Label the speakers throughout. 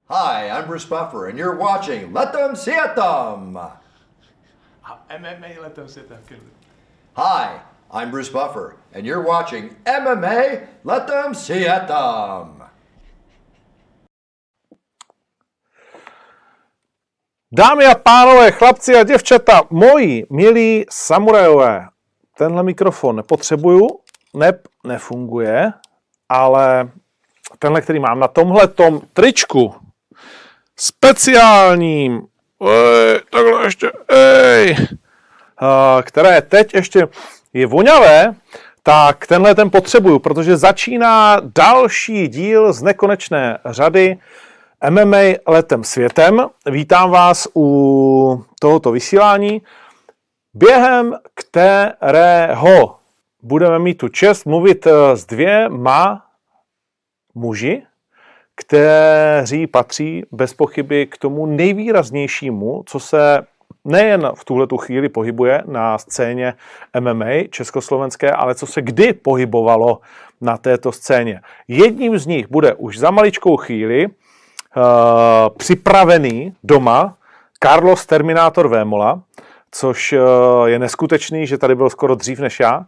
Speaker 1: Hi, I'm Bruce Buffer, and you're watching Let Them See It Them!
Speaker 2: MMA Let Them Sit Them.
Speaker 1: Hi, I'm Bruce Buffer, and you're watching MMA Let Them See It Them!
Speaker 3: Dámy a pánové, chlapci a děvčata, moji milí samurajové, tenhle mikrofon nepotřebuju, nefunguje, ale tenhle, který mám na tomhletom tričku, speciálním, takhle ještě, které teď ještě je voňavé, tak tenhle ten potřebuju, protože začíná další díl z nekonečné řady MMA letem světem. Vítám vás u tohoto vysílání, během kterého budeme mít tu čest mluvit s dvěma muži, kteří patří bez pochyby k tomu nejvýraznějšímu, co se nejen v tuhletu chvíli pohybuje na scéně MMA československé, ale co se kdy pohybovalo na této scéně. Jedním z nich bude už za maličkou chvíli připravený doma Carlos Terminator Vémola, což je neskutečný, že tady byl skoro dřív než já.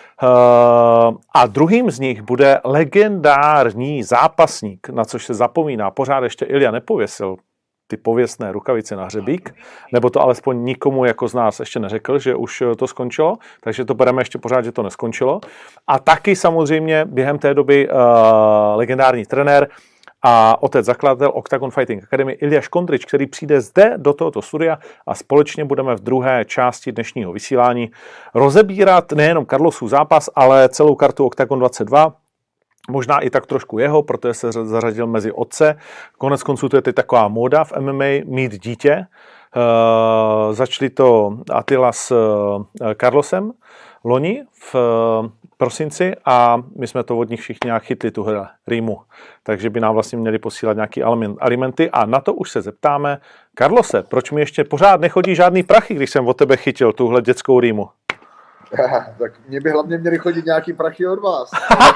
Speaker 3: A druhým z nich bude legendární zápasník, na což se zapomíná. Pořád ještě Ilja nepověsil ty pověstné rukavice na hřebík, nebo to alespoň nikomu jako z nás ještě neřekl, že už to skončilo, takže to bereme ještě pořád, že to neskončilo. A taky samozřejmě během té doby legendární trenér a otec zakladatel Octagon Fighting Academy Ilja Škondrič, který přijde zde do tohoto studia a společně budeme v druhé části dnešního vysílání rozebírat nejenom Carlosův zápas, ale celou kartu Octagon 22, možná i tak trošku jeho, protože se zařadil mezi otce. Konec konců to je teď taková móda v MMA mít dítě. Začali to Attila s Carlosem loni v prosinci a my jsme to od nich všichni nějak chytli, tuhle rýmu. Takže by nám vlastně měli posílat nějaký alimenty a na to už se zeptáme. Carlose, proč mi ještě pořád nechodí žádný prachy, když jsem od tebe chytil tuhle dětskou rýmu?
Speaker 4: Tak mě by hlavně měli chodit nějaký prachy od vás.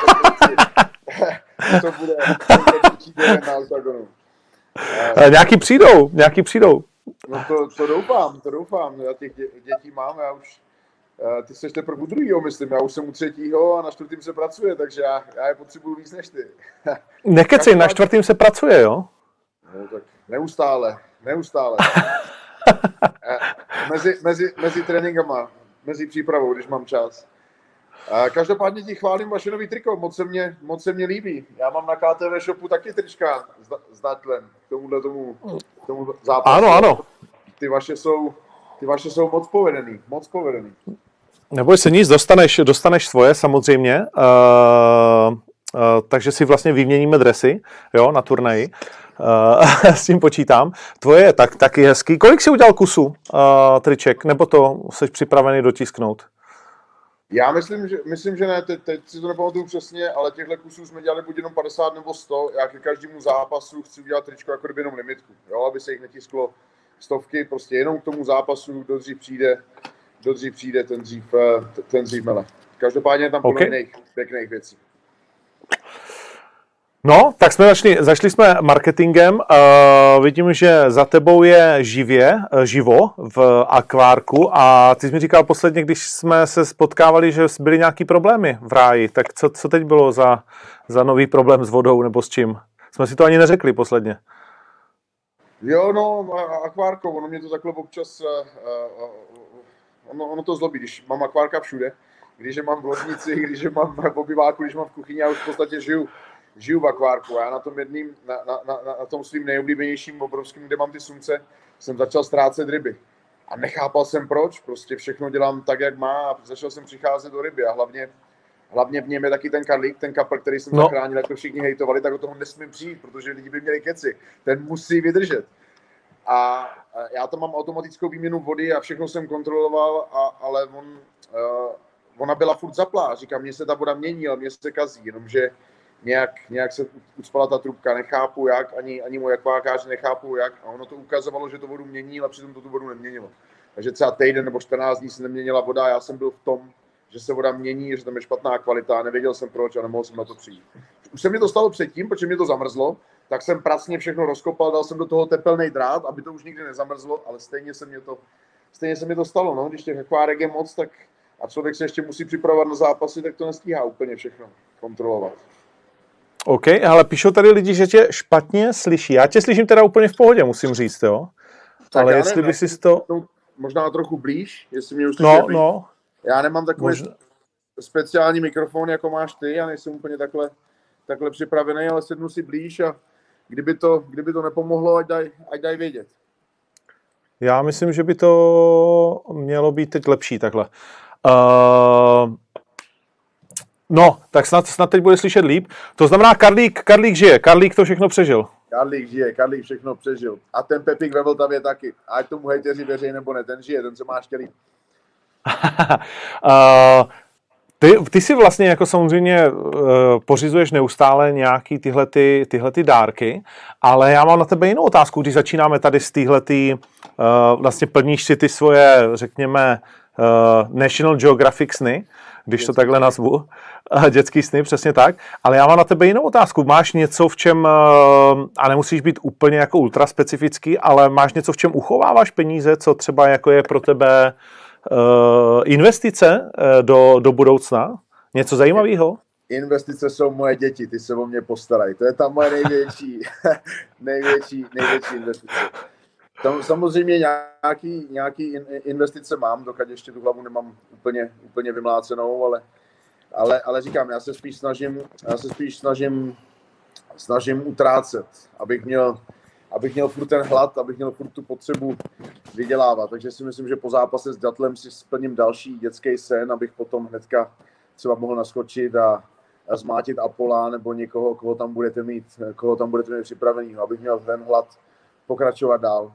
Speaker 4: Co bude na Octagonu.
Speaker 3: Nějaký přijdou.
Speaker 4: No to doufám. Já těch dětí mám, já už ty jsi teprve u druhýho, myslím, já už jsem u třetího a na čtvrtým se pracuje, takže já je potřebuju víc než ty.
Speaker 3: Nekecej, na čtvrtým se pracuje, jo?
Speaker 4: No tak neustále. mezi tréninkama, mezi přípravou, když mám čas. Každopádně ti chválím vaše nový triko, moc se mě líbí. Já mám na KTV shopu taky trička s datlem k tomu zápasu.
Speaker 3: Ano.
Speaker 4: Ty vaše jsou moc povedený.
Speaker 3: Neboj se nic, dostaneš svoje samozřejmě, takže si vlastně vyměníme dresy, jo, na turnaji, s tím počítám. Tvoje je taky hezký. Kolik jsi udělal kusů triček, nebo to jsi připravený dotisknout?
Speaker 4: Já myslím, že ne, teď si to nepamatuju přesně, ale těchto kusů jsme dělali buď jenom 50 nebo 100. Já ke každému zápasu chci udělat tričko jako kdyby jenom limitku, jo, aby se jich netisklo stovky, prostě jenom k tomu zápasu, kdo dřív přijde, ten dřív mele. Každopádně je tam plno jiných pěkných věcí.
Speaker 3: No, tak jsme začali jsme marketingem. Vidím, že za tebou je živo v akvárku a ty jsi mi říkal posledně, když jsme se spotkávali, že byly nějaký problémy v ráji. Tak co teď bylo za nový problém s vodou nebo s čím? Jsme si to ani neřekli posledně.
Speaker 4: Jo, no, akvárko, ono mě to takhle občas, ono to zlobí, když mám akvárka všude, když je mám v ložnici, když je mám v obyváku, když mám v kuchyni, já už v podstatě žiju v akvárku. A já na tom na tom svým nejoblíbenějším obrovským, kde mám ty slunce, jsem začal ztrácet ryby. A nechápal jsem proč, prostě všechno dělám tak, jak má a začal jsem přicházet do ryby a hlavně v něm je taky ten karlík, ten kapr, který jsem zachránil, jako všichni hejtovali, tak o toho nesmím přijít, protože lidi by měli keci. Ten musí vydržet. A já tam mám automatickou výměnu vody a všechno jsem kontroloval, ale ona byla furt zaplá. Říkám, mně se ta voda mění, ale mně se kazí, jenomže nějak se ucpala ta trubka, nechápu jak, ani můj akvákáři nechápu jak. A ono to ukazovalo, že to vodu mění, ale přitom to tu vodu neměnilo. Takže třeba týden nebo 14 dní se neměnila voda, já jsem byl v tom, že se voda mění, že tam je špatná kvalita, nevěděl jsem proč a nemohl jsem na to přijít. Už se mi to stalo předtím, protože mě to zamrzlo tak jsem pracně všechno rozkopal, dal jsem do toho tepelný drát, aby to už nikdy nezamrzlo, ale stejně se mi to stalo, no, když těch akvárek je moc, tak a člověk se ještě musí připravovat na zápasy, tak to nestíhá úplně všechno kontrolovat.
Speaker 3: OK, ale píšou tady lidi, že tě špatně slyší. Já tě slyším teda úplně v pohodě, musím říct, jo.
Speaker 4: Tak
Speaker 3: ale jestli by si to...
Speaker 4: Možná trochu blíž, jestli mě už slyšíš.
Speaker 3: No.
Speaker 4: Já nemám takový speciální mikrofon, jako máš ty, já nejsem úplně takhle připravený, ale sednu si blíž a kdyby to nepomohlo, ať daj vědět.
Speaker 3: Já myslím, že by to mělo být teď lepší takhle. No, tak snad teď bude slyšet líp. To znamená, Karlík žije, Karlík to všechno přežil.
Speaker 4: Karlík žije, Karlík všechno přežil. A ten Pepík ve Vltavě taky. Ať tomu hejteři věří nebo ne, ten žije, ten se má štělý.
Speaker 3: Ty si vlastně jako samozřejmě pořizuješ neustále nějaký tyhlety dárky, ale já mám na tebe jinou otázku, když začínáme tady z téhletý, vlastně plníš si ty svoje, řekněme, National Geographic sny, když to takhle nazvu, dětský sny, přesně tak, ale já mám na tebe jinou otázku. Máš něco, v čem, a nemusíš být úplně jako ultra specifický, ale máš něco, v čem uchováváš peníze, co třeba jako je pro tebe investice do budoucna? Něco zajímavého?
Speaker 4: Investice jsou moje děti, ty se o mě postarají. To je ta moje největší investice. Tam samozřejmě nějaký investice mám, dokud ještě tu hlavu nemám úplně vymlácenou, ale říkám, já se spíš snažím utrácet, abych měl furt ten hlad, abych měl furt tu potřebu vydělávat. Takže si myslím, že po zápase s Datlem si splním další dětský sen, abych potom hnedka třeba mohl naskočit a zmátit Apola nebo někoho, koho tam budete mít připravenýho, abych měl ten hlad pokračovat dál.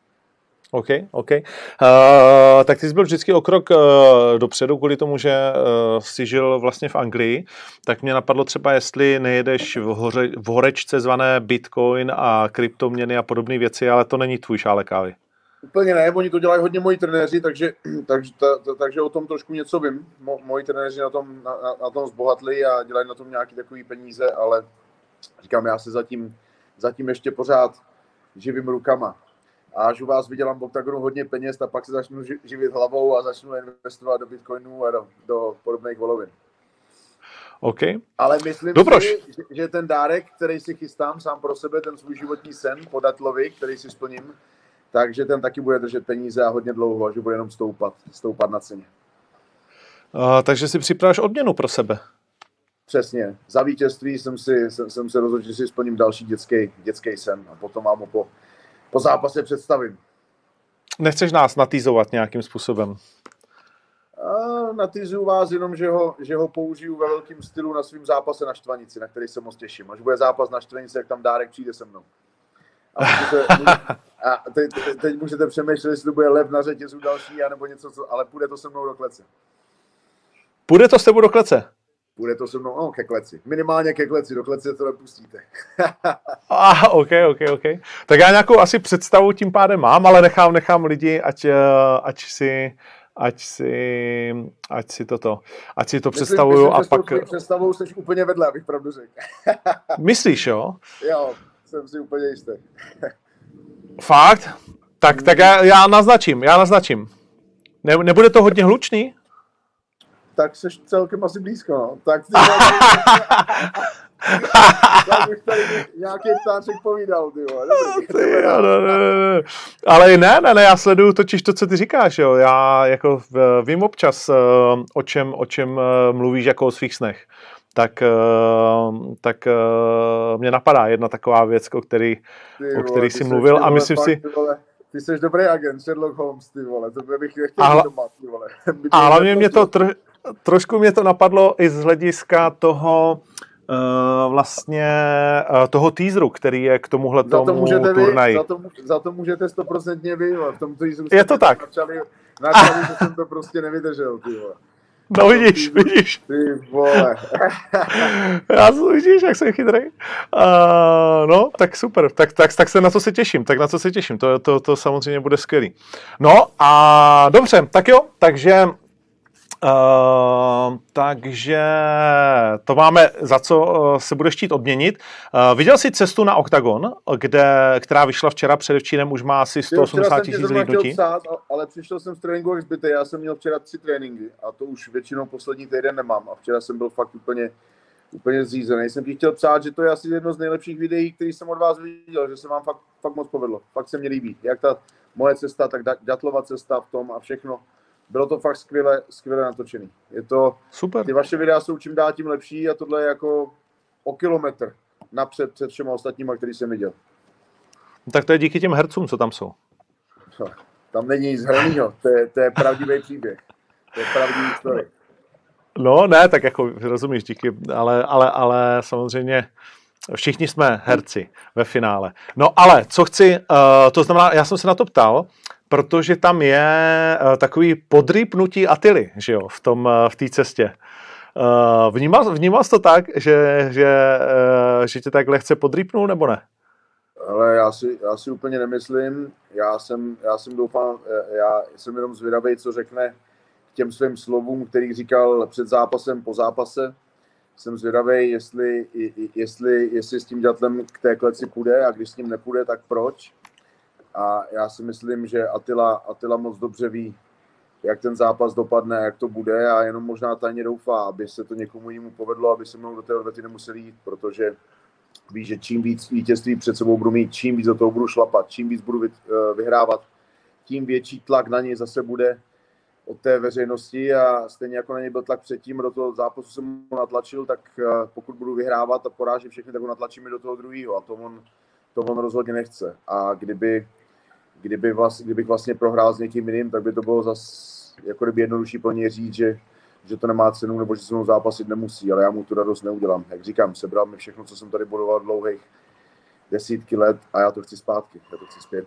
Speaker 3: OK. Tak ty jsi byl vždycky o krok dopředu kvůli tomu, že jsi žil vlastně v Anglii, tak mě napadlo třeba, jestli nejedeš v horečce zvané Bitcoin a kryptoměny a podobné věci, ale to není tvůj šálek kávy.
Speaker 4: Úplně ne, oni to dělají hodně moji trenéři, takže o tom trošku něco vím. Moji trenéři na tom zbohatli a dělají na tom nějaké takové peníze, ale říkám, já se zatím ještě pořád živím rukama. A až u vás vydělám v Octagonu hodně peněz, a pak se začnu živit hlavou a začnu investovat do bitcoinů a do podobných volovin.
Speaker 3: OK.
Speaker 4: Ale myslím si, že ten dárek, který si chystám sám pro sebe, ten svůj životní sen po Datlovi, který si splním, takže ten taky bude držet peníze a hodně dlouho, a že bude jenom stoupat na ceně.
Speaker 3: Takže si připravíš odměnu pro sebe.
Speaker 4: Přesně. Za vítězství jsem se rozhodl, že si splním další dětský sen a potom vám ho po zápase představím.
Speaker 3: Nechceš nás natýzovat nějakým způsobem?
Speaker 4: Natýzuju vás jenom, že ho použiju ve velkém stylu na svým zápase na Štvanici, na který se moc těším. Až bude zápas na Štvanici, jak tam Dárek přijde se mnou. A teď můžete přemýšlet, jestli to bude lev na řetězu další, anebo něco, ale půjde to se mnou do klece.
Speaker 3: Půjde to s tebou do klece?
Speaker 4: Bude to se mnou, ke kleci. Minimálně ke kleci, do klece to nepustíte.
Speaker 3: OK. Tak já nějakou asi představu tím pádem mám, ale nechám lidi, ať si to představuju a pak...
Speaker 4: Myslím, že s představou jsi úplně vedle, abych pravdu řekl.
Speaker 3: Myslíš, jo?
Speaker 4: Jo, jsem si úplně jistý.
Speaker 3: Fakt? Tak já naznačím. Nebude to hodně hlučný?
Speaker 4: Tak jsi celkem asi blízko, no. Tak už tady nějaký ptáček povídal, ty vole.
Speaker 3: No. Ale ne, já sleduju totiž to, co ty říkáš, jo. Já jako vím občas, o čem mluvíš jako o svých snech. Tak mě napadá jedna taková věc, o který jsi mluvil a myslím si...
Speaker 4: Ty jsi dobrý agent, Sherlock Holmes, ty vole, to bych chtěl doma, ty vole.
Speaker 3: A hlavně mě to trošku mě to napadlo i z hlediska toho toho teaseru, který je k tomuhletomu turnaji.
Speaker 4: Za to můžete 100% vy, v tom teaseru
Speaker 3: je to tak.
Speaker 4: Načali, že jsem to prostě nevydržel, ty vole.
Speaker 3: No vidíš.
Speaker 4: Ty vole.
Speaker 3: Vidíš, jak jsem chytrý. No, tak super. Tak se na to se těším. To samozřejmě bude skvělý. No a dobře, tak jo. Takže Takže to máme, za co se budeš chtít odměnit. Viděl jsi cestu na Octagon, která vyšla včera, předevčírem už má asi 180 000 lidnutí?
Speaker 4: Ale přišel jsem z tréninku jak zbytej, já jsem měl včera 3 tréninky a to už většinou poslední týden nemám a včera jsem byl fakt úplně zřízený. Jsem ti chtěl psát, že to je asi jedno z nejlepších videí, který jsem od vás viděl, že se vám fakt moc povedlo. Fakt se mi líbí. Jak ta moje cesta, tak Ďatlova cesta v tom a všechno. Bylo to fakt skvěle natočený. Je to,
Speaker 3: super.
Speaker 4: Ty vaše videa jsou čím dál tím lepší a tohle je jako o kilometr napřed před všema ostatníma, který jsem viděl.
Speaker 3: Tak to je díky těm hercům, co tam jsou.
Speaker 4: Tam není nic hranýho, to je pravdivý příběh. To je pravdivý historik.
Speaker 3: No ne, tak jako rozumíš, díky, ale samozřejmě všichni jsme herci ve finále. No ale co chci, to znamená, já jsem se na to ptal, protože tam je takový podrýpnutí Attily, že jo, v té cestě. Vnímal jsi to tak, že tě tak lehce podrýpnul, nebo ne?
Speaker 4: Ale já si úplně nemyslím, já jsem doufám, já jsem jenom zvědavý, co řekne k těm svým slovům, který říkal před zápasem, po zápase. Jsem zvědavý, jestli s tím Ďatlem k té kleci půjde a když s ním nepůjde, tak proč. A já si myslím, že Attila moc dobře ví, jak ten zápas dopadne, jak to bude a jenom možná tajně doufá, aby se to někomu jinému povedlo, aby se mnou do té odvety nemuseli jít, protože ví, že čím víc vítězství před sebou budu mít, čím víc do toho budu šlapat, čím víc budu vyhrávat, tím větší tlak na něj zase bude od té veřejnosti a stejně jako na něj byl tlak předtím, do toho zápasu jsem ho natlačil, tak pokud budu vyhrávat a porážet všechny, tak ho natlačím i do toho druhého a to on rozhodně nechce. A kdybych vlastně prohrál s někým jiným, tak by to bylo zase jako kdyby jednodušší pro něj říct, že to nemá cenu nebo že se mnou zápasit nemusí, ale já mu tu radost neudělám. Jak říkám, sebral mi všechno, co jsem tady budoval dlouhých desítky let a já to chci zpátky, já to chci zpět.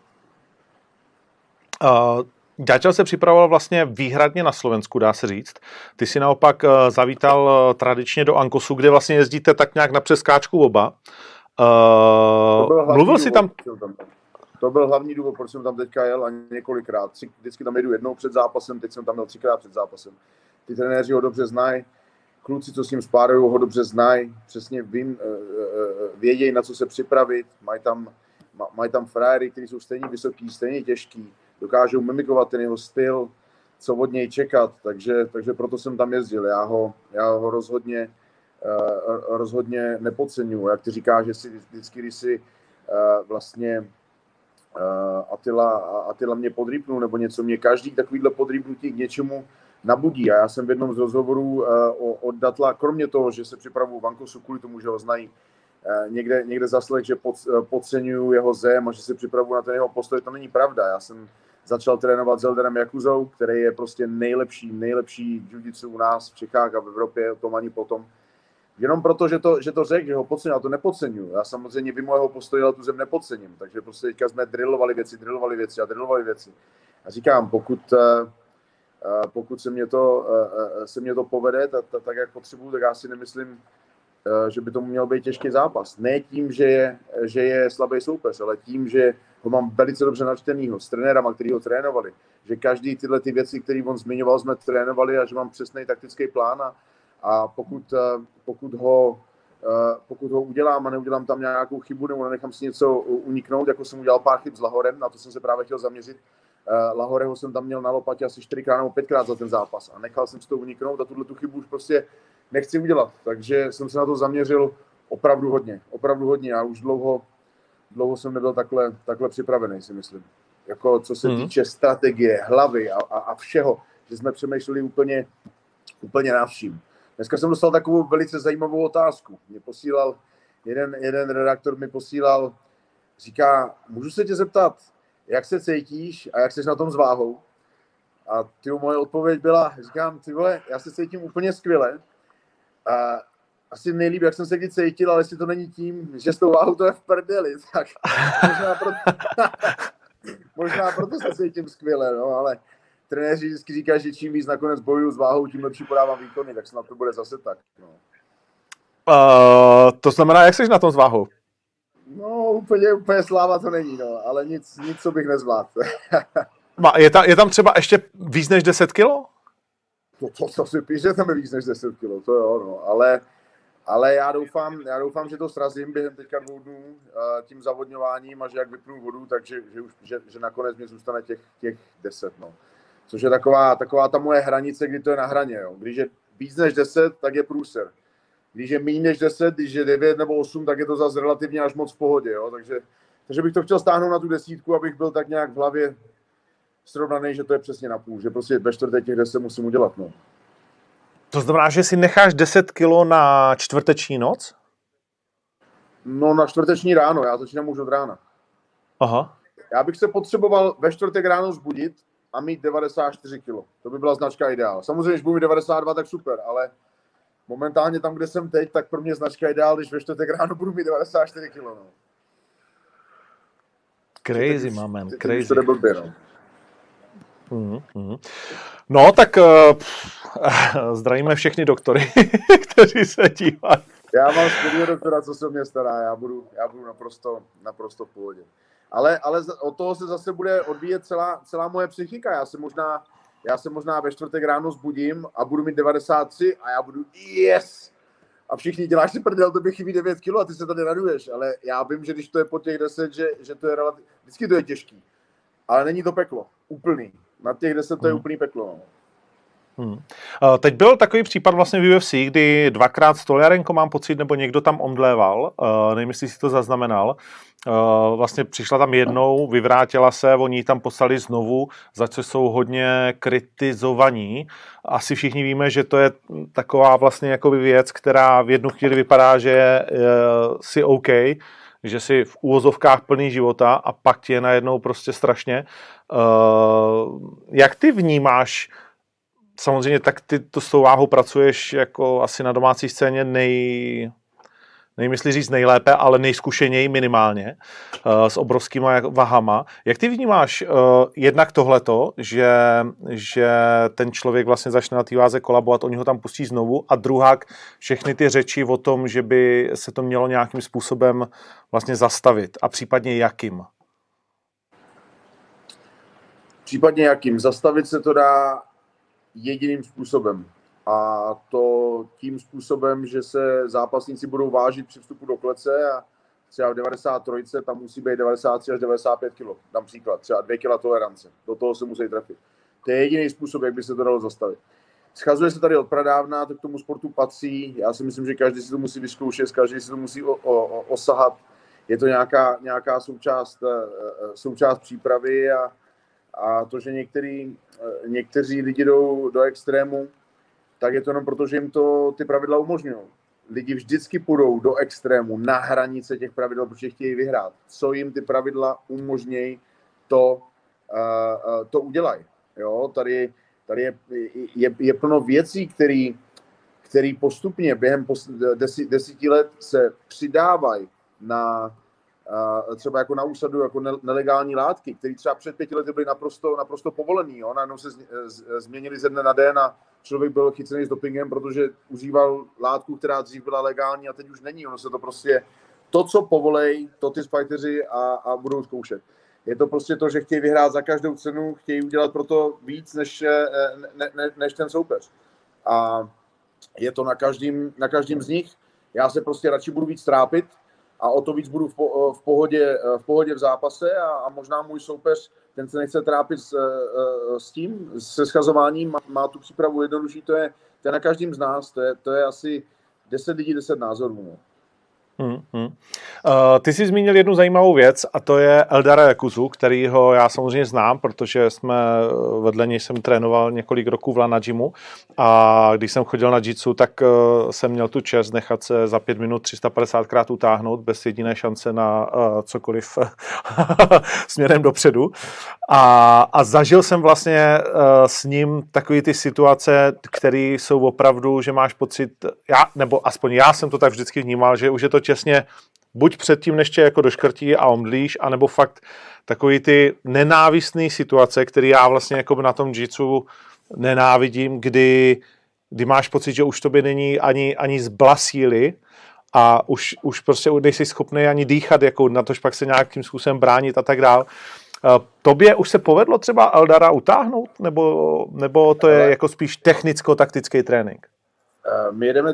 Speaker 3: Ďaťel se připravoval vlastně výhradně na Slovensku, dá se říct. Ty si naopak zavítal tradičně do Ankosu, kde vlastně jezdíte tak nějak na přeskáčku oba. Mluvil jsi tam...
Speaker 4: To byl hlavní důvod, proč jsem tam teďka jel a několikrát. Vždycky tam jedu jednou před zápasem, teď jsem tam měl 3krát před zápasem. Ty trenéři ho dobře znají, kluci, co s ním spárují, ho dobře znají, přesně vědějí, na co se připravit, mají tam frajery, kteří jsou stejně vysoký, stejně těžký, dokážou mimikovat ten jeho styl, co od něj čekat, takže proto jsem tam jezdil. Já ho rozhodně nepodceňuji. Jak ty říkáš, že si vždycky, když si vlastně Attila mě podrýpnul nebo něco, mě každý takovýhle podrýpnutí k něčemu nabudí. A já jsem v jednom z rozhovorů od Ďatla, kromě toho, že se připravuju v Ankosu kvůli tomu, že ho znají, někde zaslech, že podceňuju jeho zem a že se připravuju na ten jeho postoj, to není pravda. Já jsem začal trénovat s Elderem Jakuzou, který je prostě nejlepší jiu-jitsu u nás v Čechách a v Evropě, o tom ani potom. Jenom proto, že to řekl, že ho podceňuji, já to nepodceňuji. Já samozřejmě vím mojeho postoje, ale tu zem nepodcením. Takže prostě teďka jsme drillovali věci. A říkám, pokud se mě to povede, tak jak potřebuju, tak já si nemyslím, že by to měl být těžký zápas. Ne tím, že je slabý soupeř, ale tím, že ho mám velice dobře načtenýho s trenérama, který ho trénovali. Že každý tyhle ty věci, které on zmiňoval, jsme trénovali a že mám přesný taktický plán a pokud ho udělám a neudělám tam nějakou chybu nebo nenechám si něco uniknout, jako jsem udělal pár chyb s Lahorem, na to jsem se právě chtěl zaměřit. Lahoreho jsem tam měl na lopatě asi 4krát nebo 5krát za ten zápas a nechal jsem si to uniknout a tu chybu už prostě nechci udělat. Takže jsem se na to zaměřil opravdu hodně. Já už dlouho jsem nebyl takhle připravený, si myslím. Jako co se týče strategie, hlavy a všeho, že jsme přemýšleli úplně nad vším. Dneska jsem dostal takovou velice zajímavou otázku. Mě posílal, jeden redaktor mi posílal, říká, můžu se tě zeptat, jak se cítíš a jak jsi na tom s váhou? A moje odpověď byla, říkám, ty vole, já se cítím úplně skvěle. A asi nejlíp, jak jsem se kdy cítil, ale jestli to není tím, že s tou váhou to je v prdeli, tak možná proto se cítím skvěle, no, ale trenéři vždycky říkají, že čím víc nakonec bojuju s váhou, tím lepší podávám výkony, tak snad to bude zase tak. No.
Speaker 3: To znamená, jak jsi na tom s váhou?
Speaker 4: No, úplně sláva to není, no, ale nic co bych nezvládl.
Speaker 3: Je tam třeba ještě víc než 10 kilo?
Speaker 4: To si píšete víc než 10 kg, to jo, no, ale já doufám, že to srazím během teďka 2 dnů tím zavodňováním a že jak vypnu vodu, takže že nakonec mě zůstane těch 10, no. Což je taková ta moje hranice, kdy to je na hraně, jo. Když je víc než 10, tak je průser. Když je méně než 10, když je 9 nebo 8, tak je to zase relativně až moc v pohodě, jo. Takže bych to chtěl stáhnout na tu 10, abych byl tak nějak v hlavě srovnaný, že to je přesně na půl, že prostě ve čtvrtek těch 10 musím udělat, no.
Speaker 3: To znamená, že si necháš 10 kilo na čtvrteční noc?
Speaker 4: No na čtvrteční ráno, já začínám už od rána.
Speaker 3: Aha.
Speaker 4: Já bych se potřeboval ve čtvrtek ráno vzbudit a mít 94 kg. To by byla značka ideál. Samozřejmě, když budu mít 92, tak super, ale momentálně tam, kde jsem teď, tak pro mě značka ideál, když ve čtvrtek ráno budu mít 94 kg. No.
Speaker 3: Crazy, man, crazy.
Speaker 4: To blbě, no.
Speaker 3: No, tak zdravíme všechny doktory, kteří se dívají.
Speaker 4: Já mám skvělého doktora, co se o mě stará, já budu naprosto v pohodě. Ale od toho se zase bude odvíjet celá moje psychika. Já se možná ve čtvrtek ráno zbudím a budu mít 93 a já budu yes! A všichni děláš si prdel, to by chybí 9 kg a ty se tady raduješ, ale já vím, že když to je po těch 10, že to je relativně, vždycky to je těžký, ale není to peklo, úplný. Na těch 10 to je úplný peklo. No.
Speaker 3: Teď byl takový případ vlastně v UFC, kdy 2krát Stoliarenko, mám pocit, nebo někdo tam omdléval, nevím, jestli si to zaznamenal. Vlastně přišla tam jednou, vyvrátila se, oni ji tam poslali znovu, za co jsou hodně kritizovaní. Asi všichni víme, že to je taková vlastně jakoby věc, která v jednu chvíli vypadá, že je si OK, že si v úvozovkách plný života a pak ti je najednou prostě strašně. Jak ty vnímáš, samozřejmě tak ty to s tou váhou pracuješ jako asi na domácí scéně nejmyslí říct nejlépe, ale nejzkušeněji minimálně, s obrovskýma vahama. Jak ty vnímáš jednak tohleto, že ten člověk vlastně začne na té váze kolabovat, oni ho tam pustí znovu, a druhák všechny ty řeči o tom, že by se to mělo nějakým způsobem vlastně zastavit a případně jakým?
Speaker 4: Případně jakým? Zastavit se to dá jediným způsobem. A to tím způsobem, že se zápasníci budou vážit při vstupu do klece a třeba v 93 tam musí být 93 až 95 kg. Dám příklad, třeba 2 kg tolerance. Do toho se musí trefit. To je jediný způsob, jak by se to dalo zastavit. Schazuje se tady od pradávna, to k tomu sportu patří. Já si myslím, že každý si to musí vyzkoušet, každý si to musí osahat. Je to nějaká součást přípravy a to, že někteří lidi jdou do extrému, tak je to jenom proto, že jim to ty pravidla umožňují. Lidi vždycky půjdou do extrému, na hranice těch pravidel, protože chtějí vyhrát. Co jim ty pravidla umožnějí, to udělají. Jo? Tady je plno věcí, které postupně během 10 let se přidávají na třeba jako na úsadu jako nelegální látky, které třeba před 5 lety byly naprosto povolený. Jo? Najednou se změnili ze dne na den a člověk byl chycený s dopingem, protože užíval látku, která dřív byla legální a teď už není. Ono se to prostě, to, co povolej, to ty fighteři a budou zkoušet. Je to prostě to, že chtějí vyhrát za každou cenu, chtějí udělat proto víc než ten soupeř. A je to na každém z nich. Já se prostě radši budu víc trápit a o to víc budu v pohodě v zápase a možná můj soupeř, ten se nechce trápit se schazováním, má tu přípravu jednodušší, to je na každém z nás, to je asi 10 lidí, 10 názorů. No.
Speaker 3: Ty jsi zmínil jednu zajímavou věc a to je Eldara Jakuzu, kterýho já samozřejmě znám, protože vedle něj jsem trénoval několik roků v Lana Gymu a když jsem chodil na jitsu, tak jsem měl tu čest nechat se za 5 minut 350krát utáhnout bez jediné šance na cokoliv směrem dopředu a zažil jsem vlastně s ním takový ty situace, které jsou opravdu, že máš pocit, nebo aspoň já jsem to tak vždycky vnímal, že už je to těsně buď předtím, než tě jako doškrtí a omdlíš, anebo fakt takový ty nenávistné situace, které já vlastně jako na tom jitsu nenávidím, kdy máš pocit, že už tobě není ani zbla síly a už prostě nejsi schopný ani dýchat, jako na tož pak se nějakým způsobem bránit a tak dál. Tobě už se povedlo třeba Eldara utáhnout, nebo to je jako spíš technicko-taktický trénink?
Speaker 4: My jedeme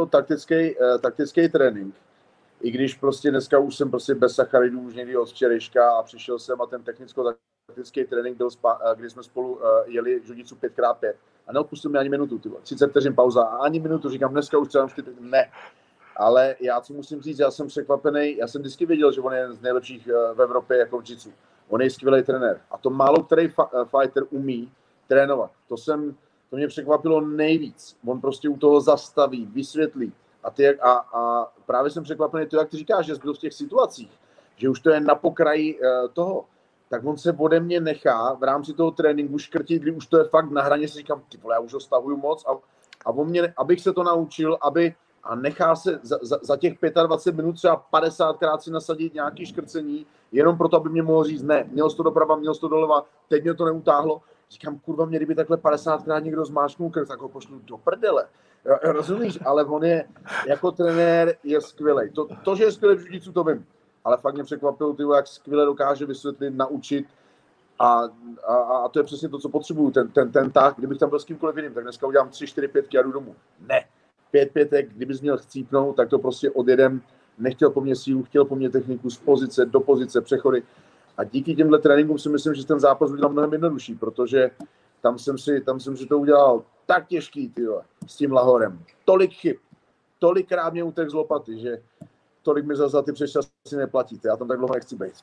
Speaker 4: taktický trénink. I když prostě dneska už jsem prostě bez sacharidů už někdy od včerejška a přišel jsem a ten technicko-taktický trénink byl, kdy jsme spolu jeli jiu-jitsu 5x5 a neodpustil mi ani minutu, 30 vteřin pauza a ani minutu, říkám dneska už třeba 4, ne. Ale já co musím říct, já jsem překvapený, já jsem vždycky věděl, že on je jeden z nejlepších v Evropě jako v jiu-jitsu. On je skvělý trenér a to málo který fighter umí trénovat. To mě překvapilo nejvíc. On prostě u toho zastaví, vysvětlí. A právě jsem překvapený to, jak ty říkáš, že jsi byl v těch situacích, že už to je na pokraji toho, tak on se ode mě nechá v rámci toho tréninku škrtit, kdy už to je fakt na hraně, si říkám, ty vole, já už ho stahuju moc a on mě, abych se to naučil, a nechá se za těch 25 minut třeba 50krát si nasadit nějaký škrcení, jenom proto, aby mě mohl říct, ne, měl jsi to doprava, měl jsi to doleva, teď mě to neutáhlo. Říkám, kurva, mě kdyby takhle 50krát někdo zmáčknul krk, tak ho pošlu do prdele. Rozumíš, ale on je, jako trenér je skvělej. To, že je skvělý v jiu-jitsu, to vím. Ale fakt mě překvapilo, jak skvěle dokáže vysvětlit, naučit. A to je přesně to, co potřebuju. Ten tah, kdybych tam byl s kýmkoliv jiným, tak dneska udělám 3, 4, 5 a jdu domů. Ne. 5 pětek, kdybys měl chcípnout, tak to prostě odjedem. Nechtěl po mně sílu, chtěl po mně techniku z pozice do pozice, přechody. A díky těmhle tréninkům si myslím, že ten zápas udělal mnohem jednodušší, protože tam jsem si to udělal tak těžký, tyjo, s tím Lahorem. Tolik chyb, tolikrát mě utek z lopaty, že tolik mi za ty přečasy neplatíte. Já tam tak dlouho nechci být.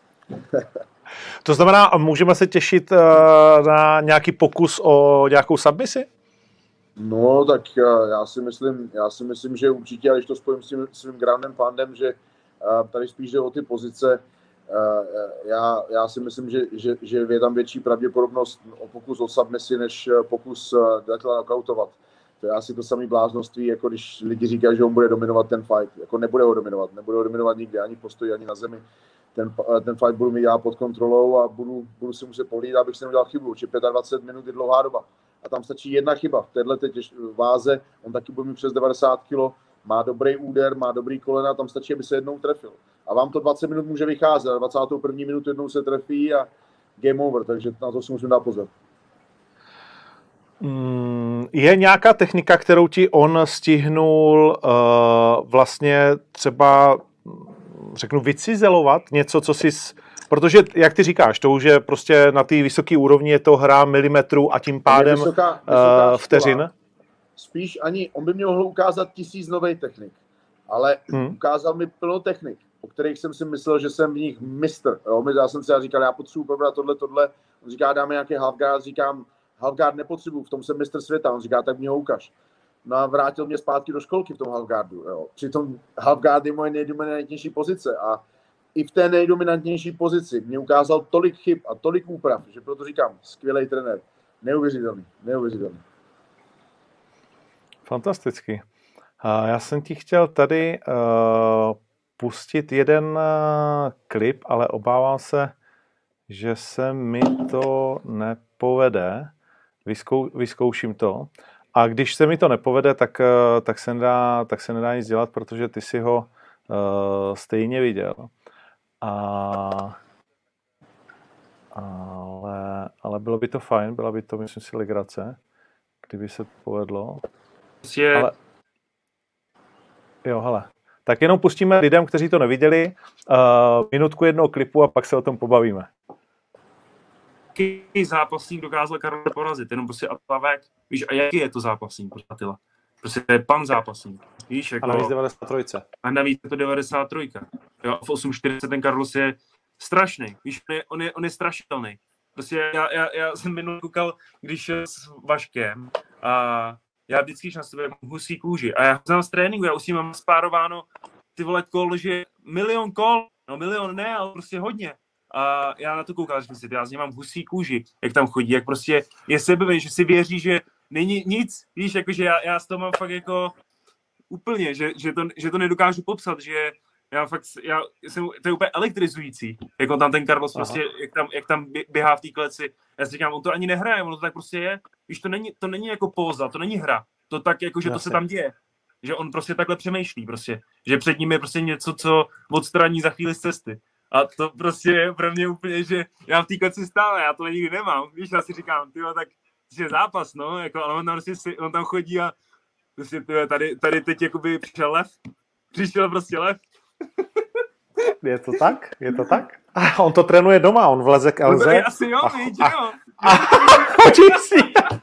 Speaker 3: To znamená, můžeme se těšit na nějaký pokus o nějakou submisi?
Speaker 4: No, tak já si myslím, že určitě, ale když to spojím s tím svým groundem pandem, že tady spíš jde o ty pozice. Já si myslím, že je tam větší pravděpodobnost o pokus o submisi, než pokus takhle knockoutovat. To je asi to samé bláznovství, jako když lidi říkají, že on bude dominovat ten fight. Jako nebude ho dominovat nikdy, ani v postoji, ani na zemi. Ten fight budu mít já pod kontrolou a budu si muset pohlídat, abych si neudělal chybu. Určitě 25 minut je dlouhá doba. A tam stačí jedna chyba. V této váze, on taky bude mít přes 90 kg, má dobrý úder, má dobrý kolena, tam stačí, aby se jednou trefil. A vám to 20 minut může vycházet, a 21. minutu jednou se trefí a game over, takže na to si musím dát pozor.
Speaker 3: Je nějaká technika, kterou ti on stihnul vlastně třeba, řeknu, vycizelovat? Něco, co jsi... Protože, jak ty říkáš, to už je prostě na té vysoké úrovni, je to hra milimetrů a tím pádem vysoká vteřin.
Speaker 4: Spíš ani, on by mě mohl ukázat 1000 nových technik, ale ukázal mi plno technik, o kterých jsem si myslel, že jsem v nich mistr. Já jsem si říkal, já potřebuji probrat tohle. On říká, dáme nějaký half guard, říkám, half guard nepotřebuji, v tom jsem mistr světa. On říká, tak mě ho ukaž. No a vrátil mě zpátky do školky v tom half guardu. Jo. Přitom half guard je moje nejdominantnější pozice a i v té nejdominantnější pozici mě ukázal tolik chyb a tolik úprav, že proto říkám, skvělý trenér. Neuvěřitelný.
Speaker 3: Fantasticky. Já jsem ti chtěl tady pustit jeden klip, ale obávám se, že se mi to nepovede. Vyzkouším to. A když se mi to nepovede, tak se nedá nic dělat, protože ty si ho stejně viděl. Ale bylo by to fajn, byla by to, myslím si, legrace, kdyby se to povedlo. Ale... Jo, hele. Tak jenom pustíme lidem, kteří to neviděli, minutku jednoho klipu a pak se o tom pobavíme.
Speaker 5: Jaký zápasník dokázal Karla porazit? Jenom prostě Atlavek. Víš, a jaký je to zápasník pro Attila? Prostě to je pan zápasník. Víš, jako...
Speaker 3: A navíc 93.
Speaker 5: A navíc je to 93. Jo, v 8.40 ten Carlos je strašný. Víš, on je strašitelný. Prostě já jsem minul koukal, když šel s Vaškem a já vždycky na sebe husí kůži. A já znám z tréninku, já už s ním mám spárováno ty vole kol, že 1 000 000 kol. No 1 000 000 ne, ale prostě hodně. A já na to koukal, že si, já z něj mám husí kůži, jak tam chodí, jak prostě je sebevědomý, že si věří, že není nic, víš, jakože já z toho mám fakt jako úplně, že to nedokážu popsat, že já fakt, to je úplně elektrizující, jak on tam ten Carlos prostě, jak tam běhá v té kleci, já si říkám, on to ani nehraje, ono to tak prostě je, víš, to není jako póza, to není hra, to tak jako, že to se tam děje, že on prostě takhle přemýšlí prostě, že před ním je prostě něco, co odstraní za chvíli z cesty. A to prostě je pro mě úplně, že já v té kleci stále, já to nikdy nemám. Víš, já si říkám, tyjo, tak je zápas, no, jako, ale on tam chodí a prostě, tyjo, tady teď jakoby přišel lev. Přišel prostě lev.
Speaker 3: Je to tak? Je to tak? A on to trénuje doma, on vleze k Elze.
Speaker 5: No, asi jo, víš, jo.
Speaker 3: Chodí si.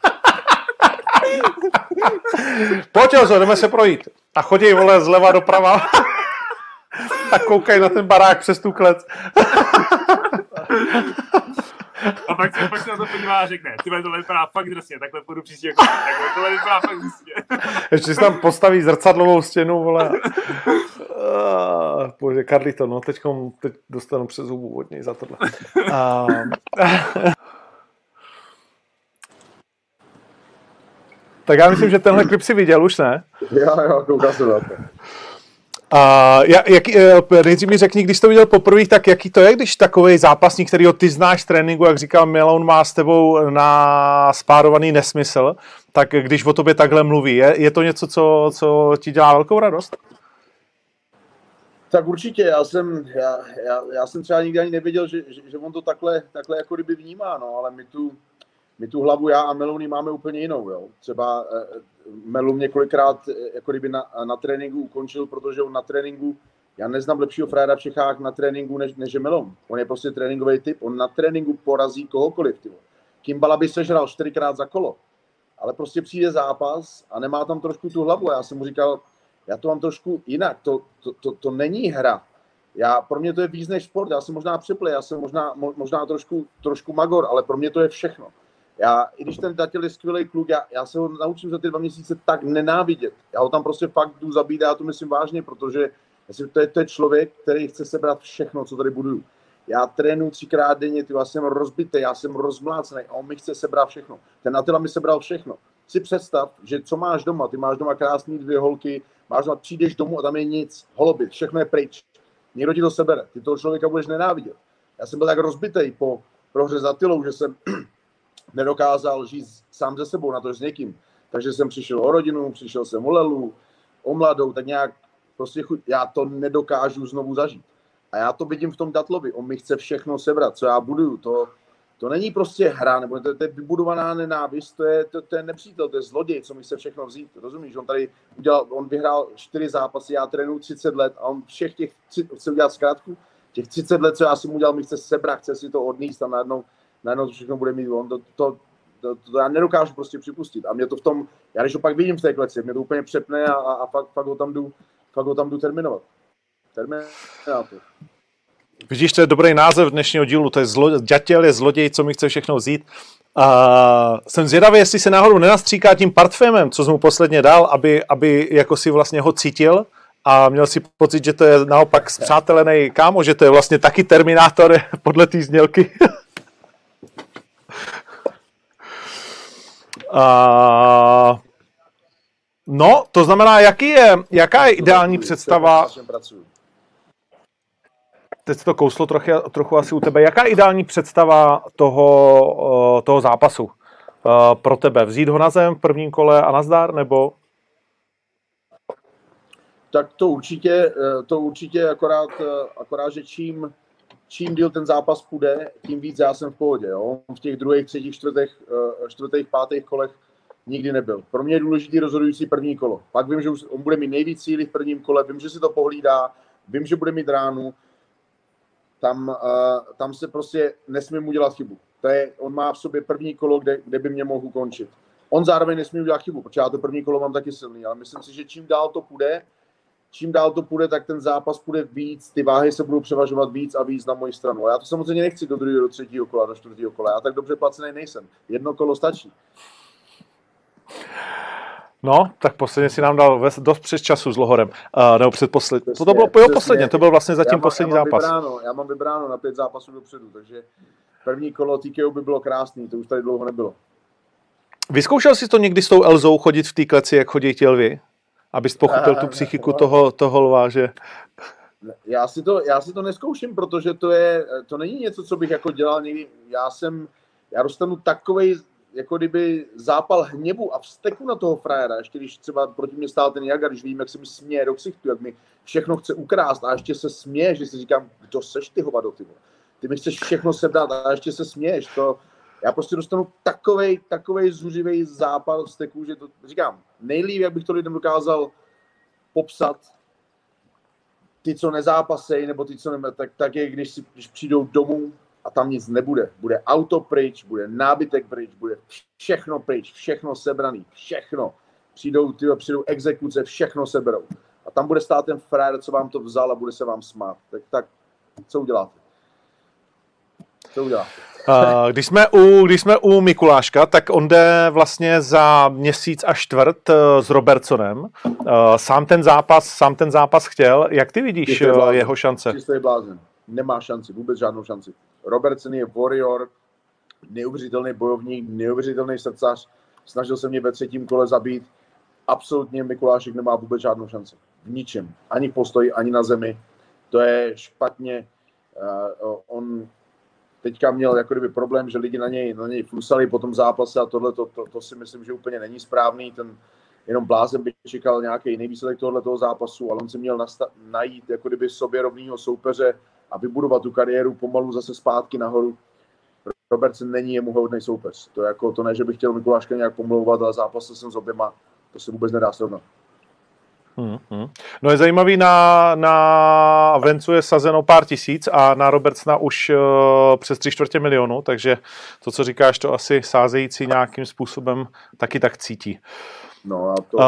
Speaker 3: Pojď, Elzo, jdeme se projít. A chodí, vole, zleva doprava. A koukají na ten barák přes tu klec.
Speaker 5: A pak se na to podívá a řekne, tyhle, tohle vypadá fakt drsně, takhle půjdu příště jako takhle, tohle vypadá fakt drsně.
Speaker 3: Ještě si tam postaví zrcadlovou stěnu, vole. Bože, Carlito, no teď dostanu přes zubu od něj za tohle. Tak já myslím, že tenhle klip si viděl už, ne?
Speaker 4: Jo, koukal jsem na to.
Speaker 3: Nejdřív mi řekni, když jsi to viděl poprvé, tak jaký to je, když takový zápasník, kterýho ty znáš z tréninku, jak říkal Milan, má s tebou na spárovaný nesmysl, tak když o tobě takhle mluví, je to něco, co ti dělá velkou radost?
Speaker 4: Tak určitě, já jsem třeba nikdy ani nevěděl, že on to takhle jako kdyby vnímá, no, ale my tu hlavu já a Melony máme úplně jinou, jo. Třeba Melu několikrát jako kdyby na tréninku ukončil, protože on na tréninku, já neznám lepšího frajera v Čechách na tréninku než je Melon. On je prostě tréninkový typ, on na tréninku porazí kohokoliv, tyvo. Kimbala by sežral 4krát za kolo, ale prostě přijde zápas a nemá tam trošku tu hlavu. Já jsem mu říkal, já to mám trošku jinak, to není hra. Pro mě to je víc než sport, já jsem možná přeplej, já jsem možná trošku magor, ale pro mě to je všechno. I když ten Datil je skvělý kluk, já se ho naučím za ty 2 měsíce tak nenávidět. Já ho tam prostě fakt jdu zabít, já to myslím vážně, protože to je člověk, který chce sebrat všechno, co tady buduju. Já trénuji 3krát denně, já jsem rozbitý, já jsem rozmlácený a on mi chce sebrat všechno. Ten Attila mi sebral všechno. Si představ, že co máš doma, ty máš doma krásný 2 holky, přijdeš domů a tam je nic, holobit, všechno je pryč. Někdo ti to sebere, ty toho člověka budeš nenávidět. Já jsem byl tak rozbitý po prohře s Attilou, že jsem nedokázal žít sám ze sebou, na to s někým. Takže jsem přišel o rodinu, přišel jsem o Lelu, o mladou, tak nějak prostě já to nedokážu znovu zažít. A já to vidím v tom Datlovi, on mi chce všechno sebrat, co já buduju, to není prostě hra, nebo to je vybudovaná nenávist, to je nepřítel, to je zloděj, co mi chce všechno vzít, rozumíš? On vyhrál 4 zápasy, já trénuju 30 let a on všech těch, chce udělat zkrátku, těch 30 let, co já jsem udělal, mi chce sebrat, chce si to odníst a najednou to všechno bude mít on, to já nedokážu prostě připustit. A mě to v tom, já když ho pak vidím v té kleci, mě to úplně přepne a fakt ho tam jdu terminovat. Terminátor.
Speaker 3: Vidíš, to je dobrý název dnešního dílu, to je Ďatěl je zloděj, co mi chce všechno vzít. Jsem zvědavý, jestli se náhodou nenastříká tím Partfémem, co jsi mu posledně dal, aby jako si vlastně ho cítil a měl si pocit, že to je naopak spřátelený kámo, že to je vlastně taky Terminátor podle té znělky. No, to znamená, jaká je ideální představa... Teď se to kouslo trochu asi u tebe. Jaká je ideální představa toho zápasu pro tebe? Vzít ho na zem v prvním kole a nazdar, nebo?
Speaker 4: Tak to určitě akorát, že čím díl ten zápas půjde, tím víc já jsem v pohodě. Jo? V těch druhých, třetích, čtvrtých, pátých kolech nikdy nebyl. Pro mě je důležitý rozhodující první kolo. Pak vím, že on bude mít nejvíc síly v prvním kole, vím, že si to pohlídá, vím, že bude mít ránu. Tam se prostě nesmím udělat chybu. On má v sobě první kolo, kde by mě mohl ukončit. On zároveň nesmí udělat chybu, protože já to první kolo mám taky silný, ale myslím si, že čím dál to půjde, tak ten zápas půjde víc, ty váhy se budou převažovat víc a víc na moji stranu. A já to samozřejmě nechci do 2., do 3. kola, do 4. kola. Já tak dobře placený nejsem. 1 kolo stačí.
Speaker 3: No, tak posledně si nám dal dost přes času s Lohorem. Nebo předposledně. To bylo posledně, to byl vlastně zatím poslední zápas.
Speaker 4: Já mám vybráno na 5 zápasů dopředu, takže první kolo TKO by bylo krásný, to už tady dlouho nebylo.
Speaker 3: Vyzkoušel jsi to někdy s tou Elzou chodit v té kleci, jak chodí ti lvi? Abys pochopil tu psychiku toho lva, že...
Speaker 4: Já si to neskouším, protože to není něco, co bych jako dělal někdy. Já dostanu jako kdyby zápal hněvu a vzteku na toho frajera, ještě když třeba proti mě stál ten Jagar, když vím, jak se mi směje do ksichtu, jak mi všechno chce ukrást a ještě se směje, že si říkám, kdo seš ty hovado, ty mi chceš všechno sebrat a ještě se směješ, to já prostě dostanu takovej zuřivej zápal vzteku, že to říkám, nejlíp, jak bych to lidem dokázal popsat, ty, co nezápasejí, nebo ty, co tak je, když přijdou domů a tam nic nebude. Bude auto pryč, bude nábytek pryč, bude všechno pryč, všechno sebraný, všechno. Přijdou exekuce, všechno seberou. A tam bude stát ten frajer, co vám to vzal a bude se vám smát. Tak co uděláte? Co uděláte?
Speaker 3: Když jsme u Mikuláška, tak on jde vlastně za měsíc a čtvrt s Robertsonem. Sám ten zápas chtěl. Jak ty vidíš jeho šance?
Speaker 4: Čistý blázen. Nemá šanci, vůbec žádnou šanci. Robertson je warrior, neuvěřitelný bojovník, neuvěřitelný srdcař. Snažil se mě ve 3. kole zabít. Absolutně Mikulášek nemá vůbec žádnou šanci. V ničem. Ani v postoji, ani na zemi. To je špatně. On teďka měl jako kdyby problém, že lidi na něj flusali po tom zápase a tohle to si myslím, že úplně není správný. Ten jenom blázen by čekal nějaký jiný výsledek tohoto zápasu, ale on si měl najít jako kdyby sobě rovnýho soupeře a vybudovat tu kariéru pomalu zase zpátky nahoru. Robertson není jemu hodný soupeř. To ne, že bych chtěl Mikuláška nějak pomlouvat, ale zápasil jsem s oběma. To se vůbec nedá srovnat.
Speaker 3: No je zajímavý, na Vencu je sazeno pár tisíc a na Robertsona už přes 3/4 milionu, takže to, co říkáš, to asi sázející nějakým způsobem taky tak cítí.
Speaker 4: No a to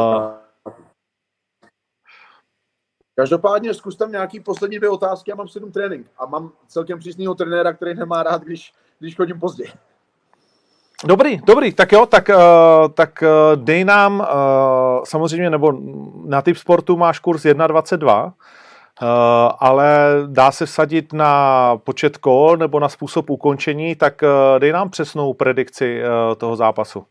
Speaker 4: každopádně zkus tam nějaký poslední 2 otázky, já mám 7 trénink a mám celkem přísnýho trenéra, který nemá rád, když chodím pozdě.
Speaker 3: Dobrý, tak jo, tak dej nám samozřejmě, nebo na typ sportu máš kurz 1,22, ale dá se vsadit na počet kol nebo na způsob ukončení, tak dej nám přesnou predikci toho zápasu.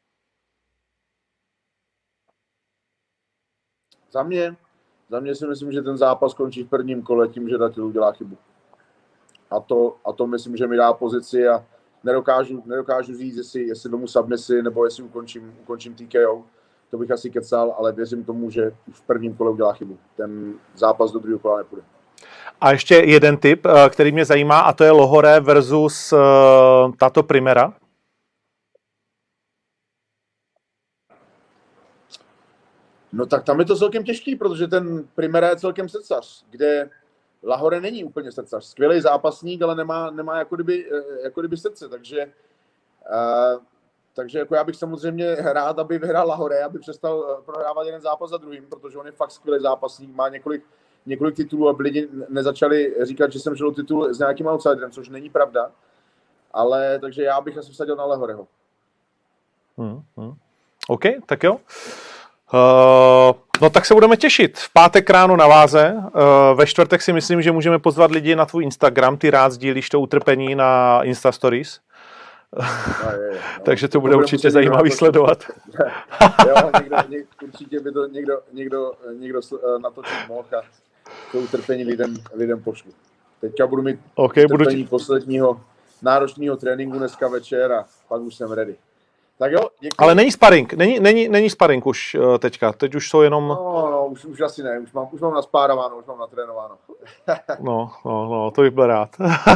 Speaker 4: Za mě si myslím, že ten zápas končí v 1. kole tím, že Datil udělá chybu. A to myslím, že mi dá pozici a nedokážu říct, jestli domů submisi, nebo jestli ukončím TKO. To bych asi kecal, ale věřím tomu, že v 1. kole udělá chybu. Ten zápas do 2. kola nepůjde.
Speaker 3: A ještě jeden tip, který mě zajímá, a to je Lohore versus Tato Primera.
Speaker 4: No tak tam je to celkem těžký, protože ten Primera je celkem srdcař, kde Lahore není úplně srdcař. Skvělý zápasník, ale nemá jako kdyby srdce, takže jako já bych samozřejmě rád, aby vyhrál Lahore, aby přestal prohrávat jeden zápas za druhým, protože on je fakt skvělý zápasník, má několik titulů, aby lidi nezačali říkat, že jsem šel titul s nějakým outsiderem, což není pravda, ale takže já bych asi vsadil na Lahoreho.
Speaker 3: OK, tak jo. No tak se budeme těšit. V pátek ráno na váze. Ve čtvrtek si myslím, že můžeme pozvat lidi na tvůj Instagram. Ty rád sdílíš to utrpení na Insta Stories. Takže to bude určitě zajímavý sledovat.
Speaker 4: Jo, určitě by to někdo natočit mohl a to utrpení lidem pošlu. Teďka budu mít utrpení posledního náročného tréninku dneska večer a pak už jsem ready. Tak jo, děkuji.
Speaker 3: Ale není sparring, není sparring už teďka, teď už jsou jenom...
Speaker 4: No, už asi ne, už mám naspárováno, už mám natrénováno.
Speaker 3: No, to bych byl rád.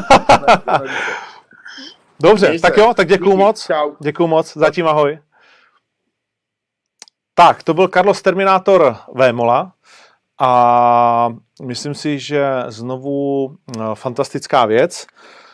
Speaker 3: Dobře, tak jo, tak děkuju moc.
Speaker 4: Čau.
Speaker 3: Děkuju moc, zatím ahoj. Tak, to byl Carlos Terminator Vémola a myslím si, že znovu fantastická věc,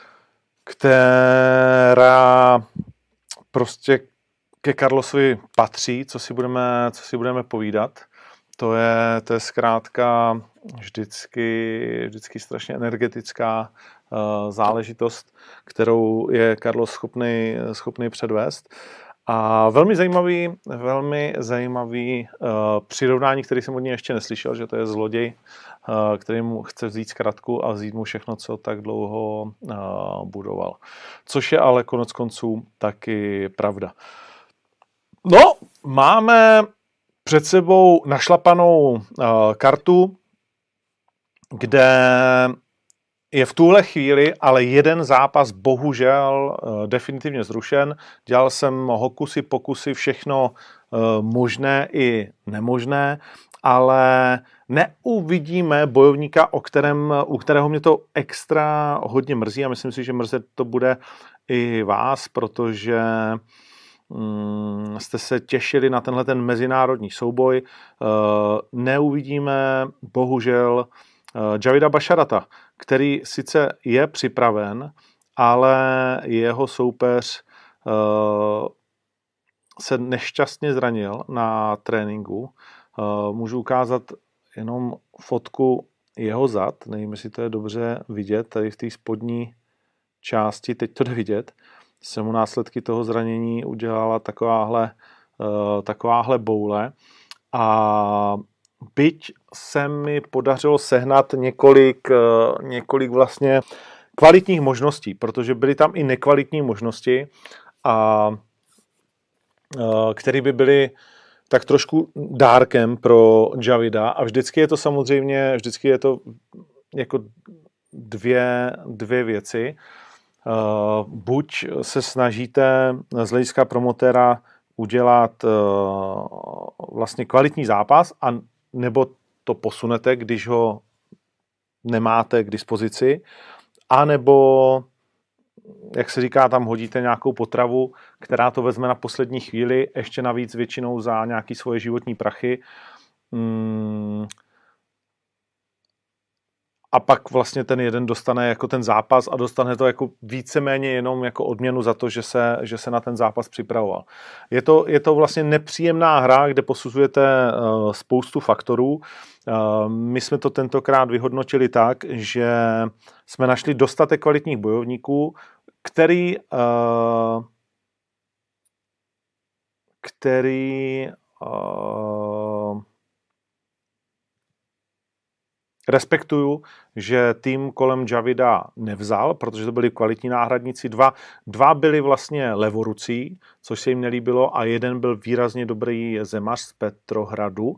Speaker 3: která prostě ke Carlosovi patří, co si budeme povídat. To je zkrátka vždycky strašně energetická záležitost, kterou je Carlos schopný předvést. A velmi zajímavý přirovnání, který jsem od něj ještě neslyšel, že to je zloděj, který mu chce vzít zkratku a vzít mu všechno, co tak dlouho budoval. Což je ale konec konců taky pravda. No, máme před sebou našlapanou kartu, kde je v tuhle chvíli ale jeden zápas bohužel definitivně zrušen. Dělal jsem hokusy, pokusy, všechno možné i nemožné, ale neuvidíme bojovníka, u kterého mě to extra hodně mrzí a myslím si, že mrzet to bude i vás, protože jste se těšili na tenhle ten mezinárodní souboj. Neuvidíme bohužel Javida Basharata, který sice je připraven, ale jeho soupeř se nešťastně zranil na tréninku. Můžu ukázat jenom fotku jeho zad, nevím, jestli to je dobře vidět, tady v té spodní části, teď to jde vidět, se mu následky toho zranění udělala takováhle boule a byť se mi podařilo sehnat několik vlastně kvalitních možností, protože byly tam i nekvalitní možnosti, a které by byly tak trošku dárkem pro Javida a vždycky je to samozřejmě, jako dvě věci. Buď se snažíte z hlediska promotéra udělat vlastně kvalitní zápas, a nebo to posunete, když ho nemáte k dispozici, anebo, jak se říká, tam hodíte nějakou potravu, která to vezme na poslední chvíli, ještě navíc většinou za nějaké svoje životní prachy. A pak vlastně ten jeden dostane jako ten zápas a dostane to jako víceméně jenom jako odměnu za to, že se na ten zápas připravoval. Je to vlastně nepříjemná hra, kde posuzujete spoustu faktorů. My jsme to tentokrát vyhodnotili tak, že jsme našli dostatek kvalitních bojovníků, který respektuju, že tým kolem Javida nevzal, protože to byli kvalitní náhradníci. Dva byli vlastně levorucí, což se jim nelíbilo, a jeden byl výrazně dobrý zemař z Petrohradu.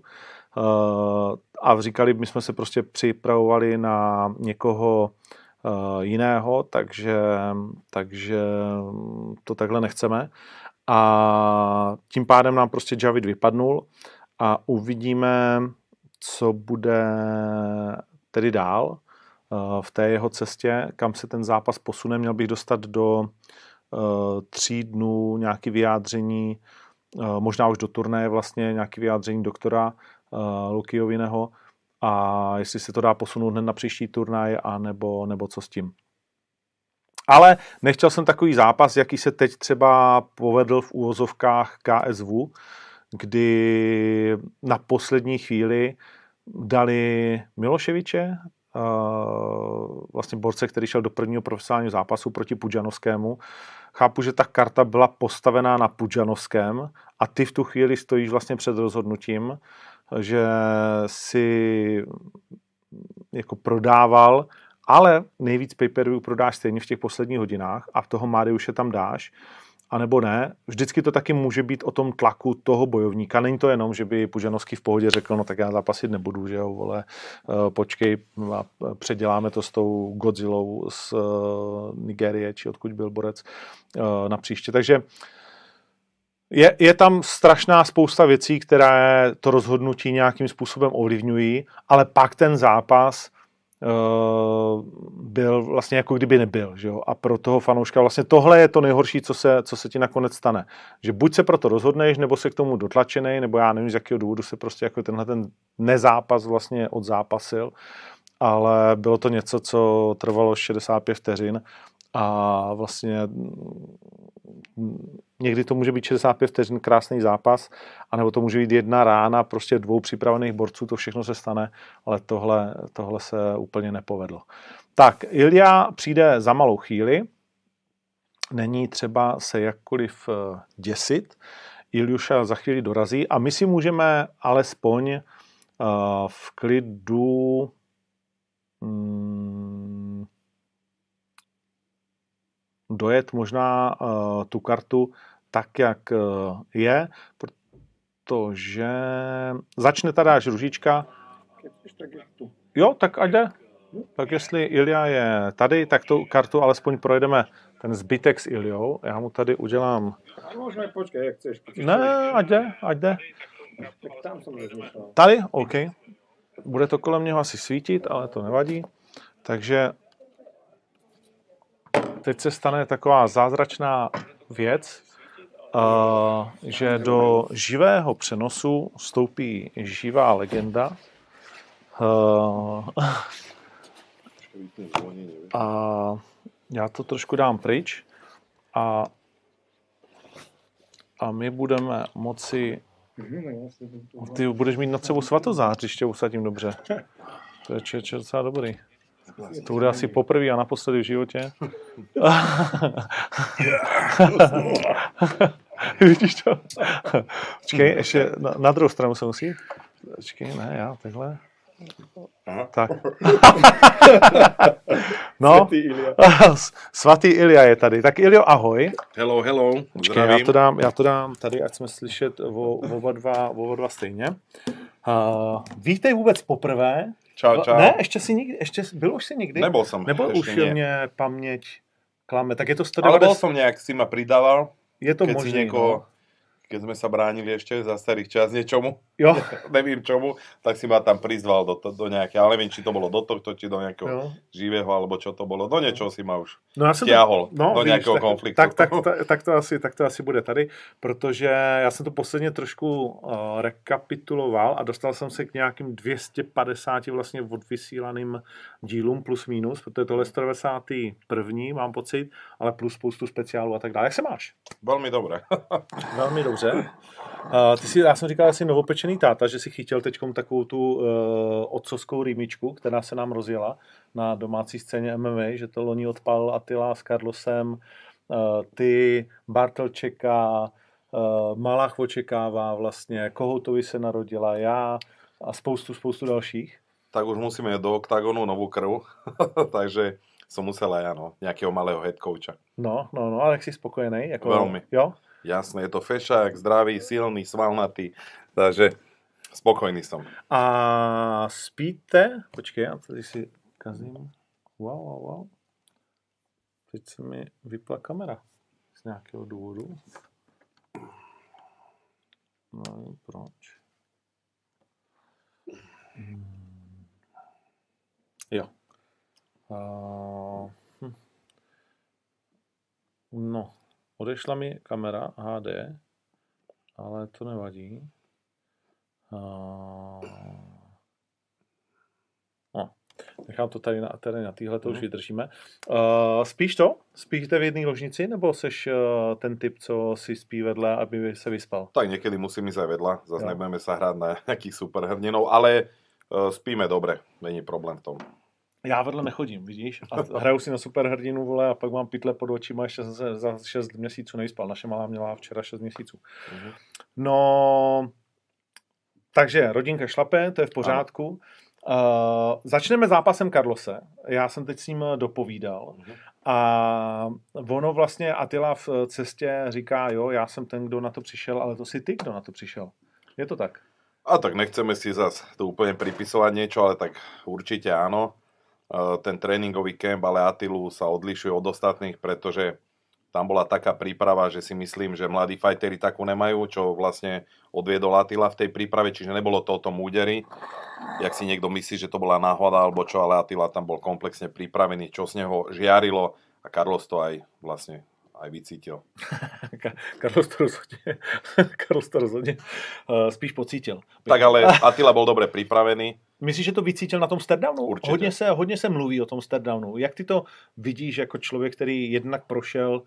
Speaker 3: A říkali, my jsme se prostě připravovali na někoho jiného, takže to takhle nechceme. A tím pádem nám prostě Javid vypadnul a uvidíme, co bude tedy dál v té jeho cestě, kam se ten zápas posune. Měl bych dostat do 3 dnů nějaké vyjádření, možná už do turnaje vlastně, nějaké vyjádření doktora Luky Jovineho, a jestli se to dá posunout hned na příští turnaj, nebo co s tím. Ale nechtěl jsem takový zápas, jaký se teď třeba povedl v úvozovkách KSV, kdy na poslední chvíli dali Miloševiče, vlastně borce, který šel do prvního profesionálního zápasu proti Pudžanovskému. Chápu, že ta karta byla postavená na Pudžanovském a ty v tu chvíli stojíš vlastně před rozhodnutím, že si jako prodával, ale nejvíc pay-per-view prodáš stejně v těch posledních hodinách a v toho Mariuše tam dáš, anebo ne. Vždycky to taky může být o tom tlaku toho bojovníka. Není to jenom, že by Pudžanovský v pohodě řekl, no tak já zápasit nebudu, že jo, vole, počkej, předěláme to s tou Godzillou z Nigérie, či odkud byl borec, na příště. Takže je tam strašná spousta věcí, které to rozhodnutí nějakým způsobem ovlivňují, ale pak ten zápas byl vlastně jako kdyby nebyl, že jo? A pro toho fanouška vlastně tohle je to nejhorší, co se ti nakonec stane. Že buď se proto rozhodneš, nebo se k tomu dotlačenej, nebo já nevím, z jakého důvodu se prostě jako tenhle ten nezápas vlastně odzápasil, ale bylo to něco, co trvalo 65 vteřin a vlastně někdy to může být 65 vteřin krásný zápas, anebo to může být jedna rána prostě 2 připravených borců, to všechno se stane, ale tohle se úplně nepovedlo. Tak, Ilja přijde za malou chvíli, není třeba se jakkoliv děsit, Iljuša za chvíli dorazí a my si můžeme alespoň v klidu dojet možná tu kartu tak, jak je, protože začne tady až Ružička. Jo, tak ať jde. Tak jestli Ilja je tady, tak tu kartu alespoň projedeme ten zbytek s Iljou. Já mu tady udělám...
Speaker 4: A možno aj počkej, jak chceš.
Speaker 3: Ne, ať jde.
Speaker 4: Tak tam som rozmýšľal.
Speaker 3: Tady? OK. Bude to kolem něho asi svítit, ale to nevadí. Takže teď se stane taková zázračná věc, že do živého přenosu vstoupí živá legenda. A já to trošku dám pryč a my budeme moci... Ty budeš mít nad sebou svatozář, když tě usadím dobře. To je docela dobrý. To bude asi poprvé a naposledy v životě. Vidíš to? Počkej, ještě na druhou stranu se musí. Počkej, ne, já takhle. Tak. No, svatý Ilja je tady. Tak Iljo, ahoj.
Speaker 6: Hello,
Speaker 3: Počkej, já to dám tady, ať jsme slyšet oba dva stejně. Vítej vůbec poprvé.
Speaker 6: Čau.
Speaker 3: Ne, byl už si nikdy?
Speaker 6: Nebol som.
Speaker 3: Nebo už
Speaker 6: nie.
Speaker 3: mě paměť klame. Tak je to
Speaker 6: Ale
Speaker 3: 190.
Speaker 6: bol som nejak, si ma pridával.
Speaker 3: Je to
Speaker 6: keď si
Speaker 3: možné.
Speaker 6: niekoho, keď sme sa bránili ešte za starých čas niečomu,
Speaker 3: Jo.
Speaker 6: neviem čomu, tak si ma tam prizval do nejakého, ale neviem, či to bolo do tohto, či do nejakého
Speaker 3: Jo.
Speaker 6: živého, alebo čo to bolo. Do niečoho si ma už
Speaker 3: No já jsem
Speaker 6: vtiahol,
Speaker 3: no,
Speaker 6: do
Speaker 3: vidíš,
Speaker 6: nejakého konfliktu.
Speaker 3: Tak to asi bude tady, protože já jsem to posledně trošku rekapituloval a dostal jsem se k nějakým 250 vlastně odvysílaným dílům plus minus, protože tohle je 191. mám pocit, ale plus spoustu speciálů a tak dále. Jak se máš?
Speaker 6: Veľmi dobre.
Speaker 3: Velmi dobře. Já jsem říkal, že jsi novopečený táta, že si chytil teďkom takovou tu otcovskou rýmičku, která se nám rozjela na domácí scéně MMA, že to loni odpálil Attila s Carlosem, ty, Bartelčeka, Malach očekává vlastně, Kohoutovi se narodila, já a spoustu dalších.
Speaker 6: Tak už musíme do oktagonu novú krv, takže som musel aj nejakého malého headcoacha.
Speaker 3: No, ale jak jsi spokojený? Jako,
Speaker 6: Velmi.
Speaker 3: Jo?
Speaker 6: Jasné, je to fešák, zdravý, silný, svalnatý, takže spokojný som.
Speaker 3: A spíte? Počkej, já tady si kazím. Wow. Teď se mi vypla kamera z nějakého důvodu. No, nevím proč. Jo. No, odešla mi kamera HD, ale to nevadí. Nechám to tady na téhle, to už vydržíme. Spíš to? Spíte v jedné ložnici, nebo seš ten typ, co si spí vedle, aby se vyspal?
Speaker 6: Tak niekedy musím ísť aj vedľa, zase nebudeme sa hrať na nejakých superhrdinov, ale spíme dobre, není problém v tom.
Speaker 3: Já vedle nechodím, vidíš? A hraju si na superhrdinu, vole, a pak mám pytle pod očima, ještě za 6 měsíců nejspal. Naše malá měla včera 6 měsíců. No, takže rodinka šlape, to je v pořádku. Začneme zápasem Carlose. Já jsem teď s ním dopovídal. A ono vlastně Attila v cestě říká, jo, já jsem ten, kdo na to přišel, ale to si ty, kdo na to přišel. Je to tak?
Speaker 6: A tak nechceme si zase to úplne pripisovať niečo, ale tak určite áno. Ten tréningový kemp, ale Attilu sa odlišuje od ostatných, pretože tam bola taká príprava, že si myslím, že mladí fighteri takú nemajú, čo vlastne odviedol Attila v tej príprave, čiže nebolo to o tom úderi, jak si niekto myslí, že to bola náhoda alebo čo, ale Attila tam bol komplexne pripravený, čo z neho žiarilo a Carlos to aj vlastne aj vycítil.
Speaker 3: Carlos to rozhodně spíš pocítil.
Speaker 6: Tak ale Attila bol dobre pripravený.
Speaker 3: Myslíš, že to vycítil na tom staredownu?
Speaker 6: Určitě.
Speaker 3: Hodně se mluví o tom staredownu. Jak ty to vidíš jako člověk, který jednak prošel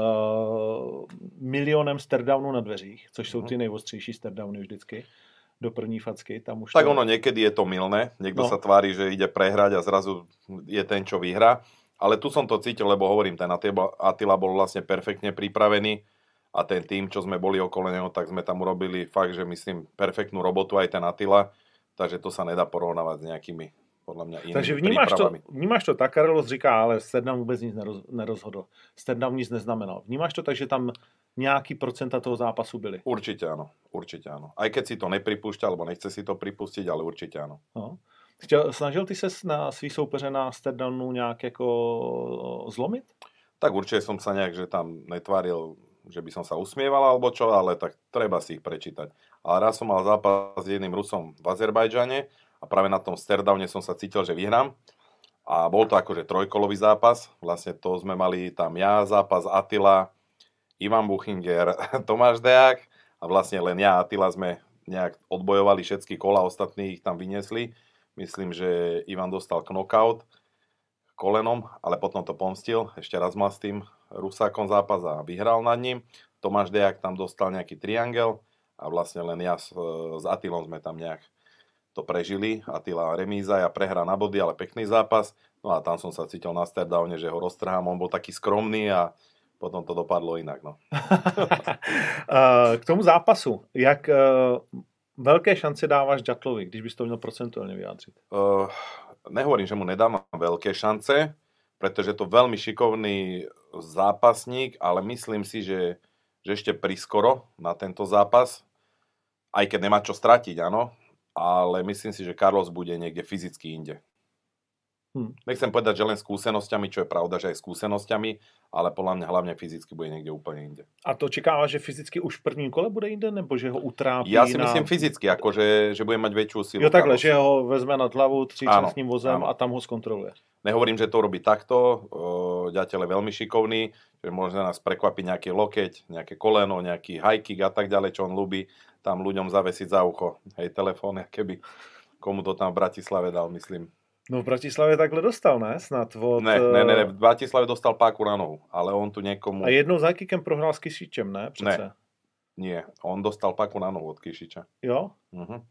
Speaker 3: milionem staredownů na dveřích, což jsou ty nejostřejší staredowny vždycky, do první facky. Tam už
Speaker 6: tak
Speaker 3: to...
Speaker 6: ono niekedy je to mylné. Niekto sa tvári, že ide prehrať a zrazu je ten, čo vyhrá. Ale tu som to cítil, lebo hovorím, ten Attila bol vlastne perfektne pripravený a ten tým, čo sme boli okolo neho, tak sme tam urobili fakt, že myslím, perfektnú robotu aj ten Attila, takže to sa nedá porovnávať s nejakými, podľa mňa, inými
Speaker 3: takže
Speaker 6: prípravami.
Speaker 3: Vnímáš to tak, Carlos říká, ale staredown vůbec nic nerozhodl. Staredown nic neznamenal. Vnímáš to tak, že tam nějaký procenta toho zápasu byly?
Speaker 6: Určite áno, určite áno. Aj keď si to nepripúšťa, alebo nechce si to pripustiť, ale určite áno.
Speaker 3: No. Snažil ty se na svý soupeře na Sterdownu nějak jako zlomit?
Speaker 6: Tak určite som sa nejak, že tam netváril, že by som sa usmieval alebo čo, ale tak treba si ich prečítať. Ale raz som mal zápas s jedným Rusom v Azerbajdžane a práve na tom Sterdowne som sa cítil, že vyhrám. A bol to akože trojkolový zápas. Vlastne to sme mali tam ja, zápas Attila, Ivan Buchinger, Tomáš Deák a vlastne len ja a Attila sme nejak odbojovali všetky kola, ostatní ich tam vyniesli. Myslím, že Ivan dostal knockout kolenom, ale potom to pomstil. Ešte raz mal s tým Rusákom zápas a vyhral nad ním. Tomáš Deák tam dostal nejaký triangel a vlastne len ja s Attilom sme tam nejak to prežili. Attila remíza, ja prehra na body, ale pekný zápas. No a tam som sa cítil na Sterdowne, že ho roztrhám. On bol taký skromný a potom to dopadlo inak. No.
Speaker 3: K tomu zápasu, jak velké šance dáváš Ďatlovi, když bys to měl procentuálně vyjádřit?
Speaker 6: Nehovorím, že mu nedávam veľké šance, pretože je to veľmi šikovný zápasník, ale myslím si, že ešte priskoro na tento zápas, aj keď nemá čo stratiť, áno, ale myslím si, že Carlos bude niekde fyzicky inde. Nechcem povedať, že len skúsenosťami, čo je pravda, že aj skúsenosťami, ale podľa mňa hlavne fyzicky bude niekde úplne inde.
Speaker 3: A to očekáváš, že fyzicky už v prvním kole bude jinde, nebo že ho utrápí?
Speaker 6: Ja si myslím fyzicky, akože, že bude mať väčšiu silu.
Speaker 3: Jo takhle, Carlos. Že ho vezme nad hlavu, tříčne
Speaker 6: s
Speaker 3: ním vozem a tam ho zkontroluje.
Speaker 6: Nehovorím, že to robí takto, Ďateľ je veľmi šikovný, že môže nás prekvapiť nejaký lokeť, nejaké koleno, nejaký high kick a tak ďalej, čo on ľubí tam ľuďom zavesiť za ucho. Hej, telefón, keby komu to tam v Bratislave dal, myslím.
Speaker 3: No v Bratislavě takhle dostal, ne? Snad od...
Speaker 6: Ne, v Bratislave dostal páku na nohu, ale on tu niekomu...
Speaker 3: A jednou za kickem prohrál s Kyšičem, ne? Přece.
Speaker 6: Ne, nie, on dostal páku na nohu od Kyšiča.
Speaker 3: Jo?
Speaker 6: Mhm.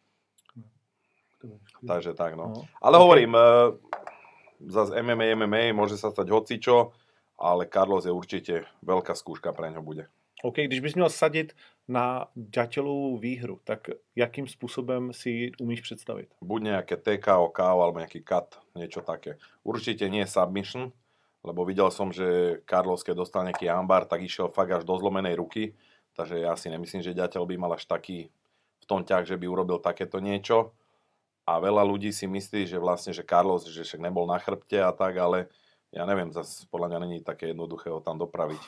Speaker 6: Takže tak, no. Ale hovorím, zase MMA, môže sa stať hocičo, ale Carlos je určite veľká skúška pre ňo bude.
Speaker 3: OK, když bys měl sadit na Ďateľovú výhru, tak jakým způsobem si umíš představit?
Speaker 6: Buď nejaké TKO, KO alebo nejaký cut, niečo také. Určite nie submission, lebo videl som, že Carlos, keď dostal nejaký armbar, tak išiel fakt až do zlomenej ruky, takže ja si nemyslím, že Ďateľ by mal až taký v tom ťah, že by urobil takéto niečo. A veľa ľudí si myslí, že vlastne, že Carlos, že však nebol na chrbte a tak, ale ja neviem, zase podľa mňa není také jednoduché ho tam dopraviť.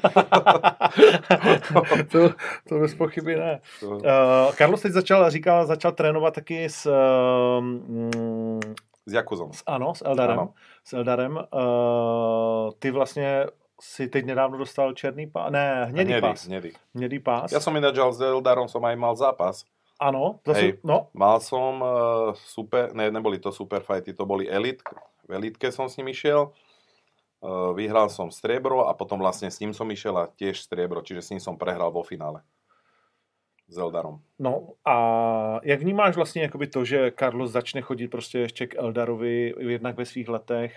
Speaker 3: to bez pochyby ne. Carlos teď začal trénovat taky s
Speaker 6: Jakuzom.
Speaker 3: Ano, s Eldarem.
Speaker 6: Ano.
Speaker 3: S Eldarem. Ty vlastně si teď nedávno dostal černý pás? Ne, hnědý pás.
Speaker 6: Ja som ináč s Eldarom som aj mal zápas.
Speaker 3: Ano.
Speaker 6: No. Mal som neboli to super fighty, to boli elit. V elitke som s ním išiel. Vyhral som striebro a potom vlastne s ním som išiel a tiež striebro, čiže s ním som prehral vo finále. S Eldarom.
Speaker 3: No a jak vnímáš vlastně jakoby to, že Carlos začne chodit prostě ještě k Eldarovi jednak ve svých letech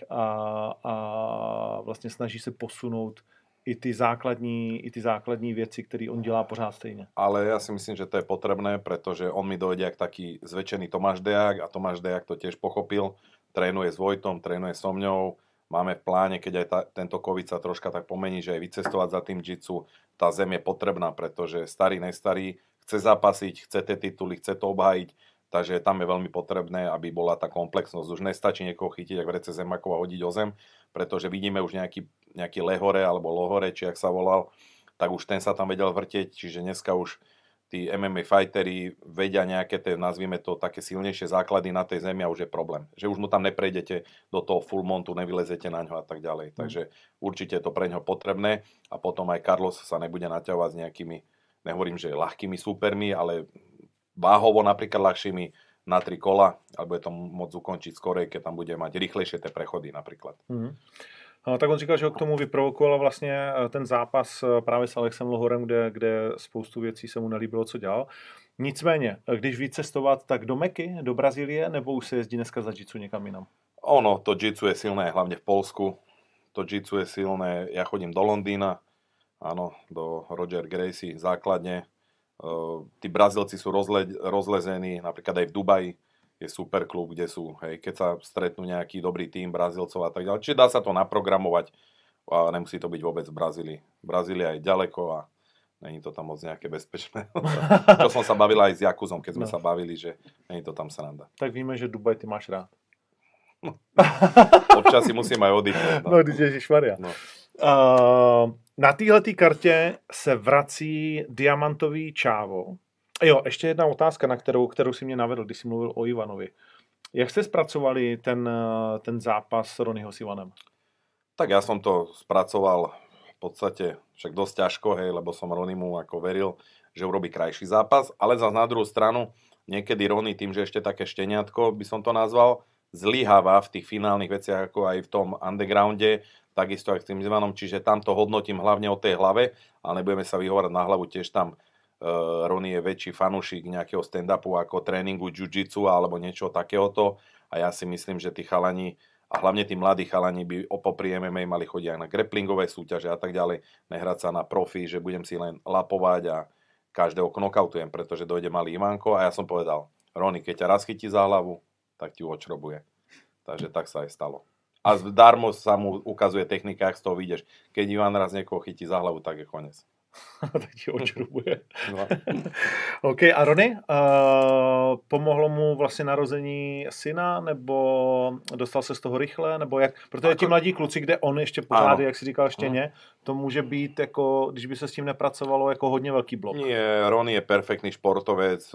Speaker 3: a vlastně snaží se posunout i ty základní věci, které on dělá pořád stejně.
Speaker 6: Ale ja si myslím, že to je potrebné, pretože on mi dojde jak taký zväčšený Tomáš Deák a Tomáš Deák to tiež pochopil. Trénuje s Vojtom, trénuje so mňou. Máme v pláne, keď aj tento COVID sa troška tak pomení, že aj vycestovať za tým jitsu. Tá zem je potrebná, pretože starý, nestarý chce zapasiť, chce tie tituly, chce to obhájiť. Takže tam je veľmi potrebné, aby bola tá komplexnosť. Už nestačí niekoho chytiť, jak v rece Zemakov a hodiť o zem, pretože vidíme už nejaký Lehore alebo Lohore, či jak sa volal, tak už ten sa tam vedel vrtieť, čiže dneska už tí MMA fighteri vedia nejaké tie, nazvime to, také silnejšie základy na tej zemi a už je problém. Že už mu tam neprejdete do toho full montu, nevylezete na ňo a tak ďalej. Takže určite je to pre ňo potrebné a potom aj Carlos sa nebude naťahovať s nejakými, nehovorím, že ľahkými súpermi, ale váhovo napríklad ľahšími na 3 kola, alebo je to môcť ukončiť skorej, keď tam bude mať rýchlejšie tie prechody napríklad.
Speaker 3: No, tak on říkal, že ho k tomu vyprovokoval vlastně ten zápas právě s Alexem Lohorem, kde spoustu věcí se mu nelíbilo, co dělal. Nicméně, když víc cestovat, tak do Meky, do Brazílie, nebo už se jezdí dneska za jitsu někam jinam?
Speaker 6: Ono, to jitsu je silné, hlavne v Polsku. To jitsu je silné, ja chodím do Londýna, áno, do Roger Gracie základne. Tí Brazílci sú rozlezení, napríklad aj v Dubaji je super klub, kde sú, hej, keď sa stretnú nejaký dobrý tím Brazílcov a tak ďalej. Čiže dá sa to naprogramovať a nemusí to byť vôbec v Brazílii. Brazília je ďaleko a není to tam moc nejaké bezpečné. Čo som sa bavil aj s Jakuzom, keď sme sa bavili, že není to tam sranda.
Speaker 3: Tak víme, že Dubaj ty máš rád.
Speaker 6: Občas si musím aj oddychnúť.
Speaker 3: No, ježišmarja.
Speaker 6: No.
Speaker 3: Na téhletý kartě se vrací diamantový Čávo. Jo, ještě jedna otázka, na kterou si mě navedl, když jsi mluvil o Ivanovi. Jak jste zpracovali ten zápas Ronnieho s Ivanem?
Speaker 6: Tak ja som to spracoval v podstate však dosť ťažko, hej, lebo som Ronniemu ako veril, že urobí krajší zápas, ale zase na druhú stranu niekedy Ronnie tým, že ešte také šteniatko by som to nazval, zlyháva v tých finálnych veciach ako aj v tom undergrounde, takisto aj s tým Ivanom, čiže tam to hodnotím hlavne o tej hlave, ale nebudeme sa vyhovárať na hlavu, tiež tam Ronnie je väčší fanúšik nejakého stand-upu ako tréningu jiu-jitsu alebo niečo takéhoto a ja si myslím, že tí chalani a hlavne tí mladí chalani by popri MMA mali chodiť aj na grapplingové súťaže a tak ďalej, nehrať sa na profi, že budem si len lapovať a každého knockoutujem, pretože dojde malý Ivanko a ja som povedal, Ronnie, keď ťa raz chytí za hlavu, tak ti očrobuje. Takže tak sa aj stalo. A zdarmo sa mu ukazuje technika, ak z toho vidieš. Keď Ivan raz niekoho chytí za hlavu, tak je konec.
Speaker 3: Tak ti očrubuje.
Speaker 6: No.
Speaker 3: OK, a Ronnie, pomohlo mu vlastně narození syna, nebo dostal se z toho rychle, nebo jak? Protože ti mladí kluci, kde on ještě pořád, jak si říkal štěně, to může být jako, když by se s tím nepracovalo, jako hodně velký blok.
Speaker 6: Nie, Ronnie je perfektný športovec,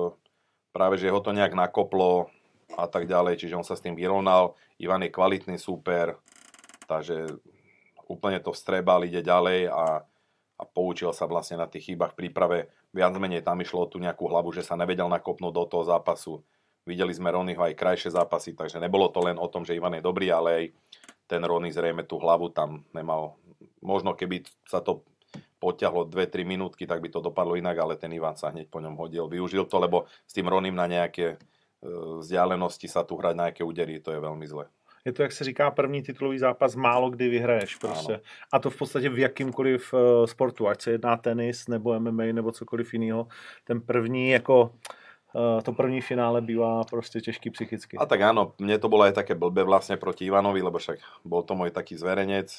Speaker 6: práve že ho to nejak nakoplo a tak ďalej, čiže on sa s tým vyrovnal. Ivan je kvalitný súper, takže úplne to vstrebal, ide ďalej a poučil sa vlastne na tých chybách v príprave. Viac menej tam išlo o tú nejakú hlavu, že sa nevedel nakopnúť do toho zápasu. Videli sme Ronnieho aj krajšie zápasy, takže nebolo to len o tom, že Ivan je dobrý, ale aj ten Ronnie zrejme tú hlavu tam nemal. Možno keby sa to potiahlo 2-3 minútky, tak by to dopadlo inak, ale ten Ivan sa hneď po ňom hodil. Využil to, lebo s tým Ronnym na nejaké vzdialenosti sa tu hrať na nejaké údery, to je veľmi zle.
Speaker 3: Je to, jak se říká, první titulový zápas, málo kdy vyhraješ prostě. Ano. A to v podstatě v jakýmkoliv sportu, ať se jedná tenis, nebo MMA, nebo cokoliv jiného. Ten první, jako to první finále bývá prostě těžký psychicky.
Speaker 6: A tak áno, mne to bolo aj také blbé vlastne proti Ivanovi, lebo však bol to môj taký zverenec.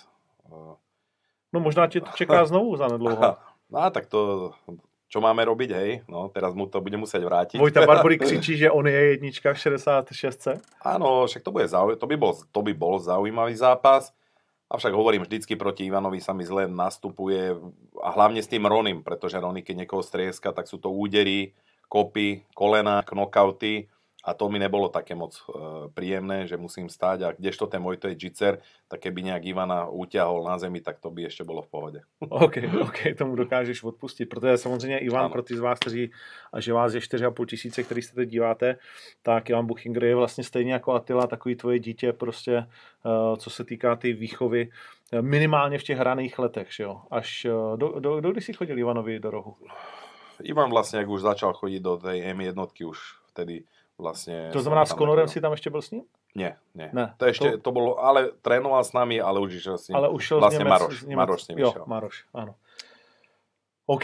Speaker 3: No možná tě to čeká znovu za nedlouho.
Speaker 6: No tak to... Čo máme robiť, hej? No, teraz mu to bude musieť vrátiť.
Speaker 3: Vojta Barbory křičí, že on je jednička v 66.
Speaker 6: Áno, však to by bol zaujímavý zápas. Avšak hovorím, vždycky proti Ivanovi sa mi zle nastupuje a hlavne s tým Ronnym, pretože Ronnie, keď niekoho strieska, tak sú to údery, kopy, kolena, knockouty a to mi nebolo také moc príjemné, že musím stáť a kdežto ten Vojto je jitser, tak keby nejak Ivana utiahol na zemi, tak to by ešte bolo v pohode.
Speaker 3: OK, tomu dokážeš odpustit, protože samozřejmě Ivan, pro ty z vás, kteří, a že vás je 4,5 tisíce, který se teď díváte, tak Ivan Buchinger je vlastně stejně jako Attila, takový tvoje dítě prostě, co se týká ty výchovy, minimálně v těch hraných letech, že jo? Až do kdy si chodil Ivanovi do rohu?
Speaker 6: Ivan vlastne, jak už začal chodiť do tej M1, už vtedy vlastne...
Speaker 3: To znamená, s Conorem si tam ešte byl s ním?
Speaker 6: Nie. To bolo, ale trénoval s nami, ale už išiel s ním.
Speaker 3: Ale už šel
Speaker 6: vlastne
Speaker 3: z
Speaker 6: Maroš s ním išiel.
Speaker 3: Maroš, áno. OK.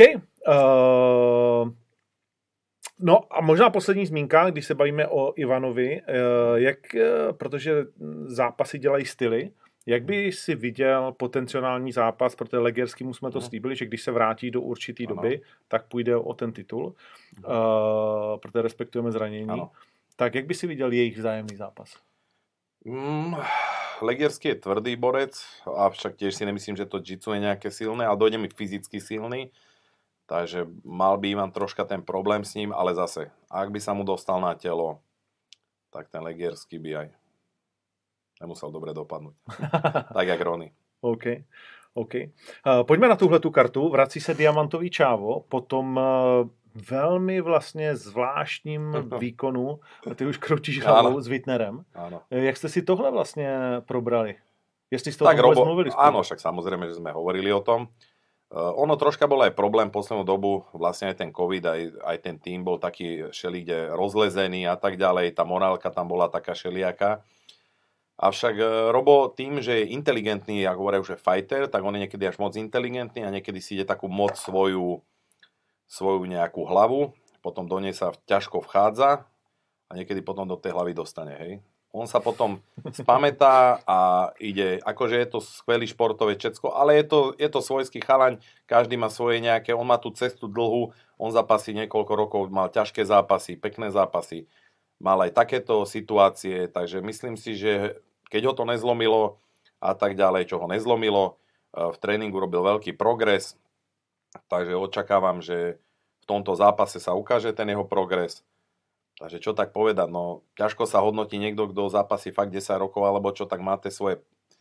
Speaker 3: No a možná poslední zmínka, když se bavíme o Ivanovi, protože zápasy dělají styly, jak by si viděl potenciální zápas, protože Legerskému jsme to slíbili, že když se vrátí do určité doby, tak půjde o ten titul, protože respektujeme zranění. Ano. Tak jak by si viděl jejich vzájemný zápas?
Speaker 6: Legerský je tvrdý borec, avšak tiež si nemyslím, že to jiu-jitsu je nejaké silné, ale dojde mi fyzicky silný, takže mal by Ivan troška ten problém s ním, ale zase, ak by sa mu dostal na telo, tak ten Legerský by aj nemusel dobre dopadnúť. Tak jak Ronnie.
Speaker 3: OK. Pojďme na tuhletu kartu. Vrací se diamantový Čávo, potom velmi vlastně zvláštním výkonu. Ty už kročíš hlavou s Wittnerem.
Speaker 6: Áno.
Speaker 3: Jak jste si tohle vlastně probrali? Jestli jste o tom vůbec mluvili?
Speaker 6: Áno, však samozrejme, že sme hovorili o tom. Ono troška bol aj problém poslednú dobu, vlastne aj ten COVID, aj ten tým bol taký všelikde rozlezený a tak ďalej. Tá morálka tam bola taká všelijaká. Avšak Robo tým, že je inteligentný, ako hovoria, že fighter, tak on je niekedy až moc inteligentný a niekedy si ide takú moc svoju nejakú hlavu, potom do nej sa ťažko vchádza a niekedy potom do tej hlavy dostane, hej. On sa potom spamätá a ide, akože je to skvelý športovec všetko, ale je to svojský chalaň, každý má svoje nejaké, on má tú cestu dlhú, on zapasí niekoľko rokov, mal ťažké zápasy, pekné zápasy, mal aj takéto situácie, takže myslím si, že keď ho to nezlomilo a tak ďalej, čo ho nezlomilo, v tréningu robil veľký progres, takže očakávam, že v tomto zápase sa ukáže ten jeho progres. Takže čo tak povedať, no ťažko sa hodnotí niekto, kto zápasí fakt 10 rokov, alebo čo tak máte svoje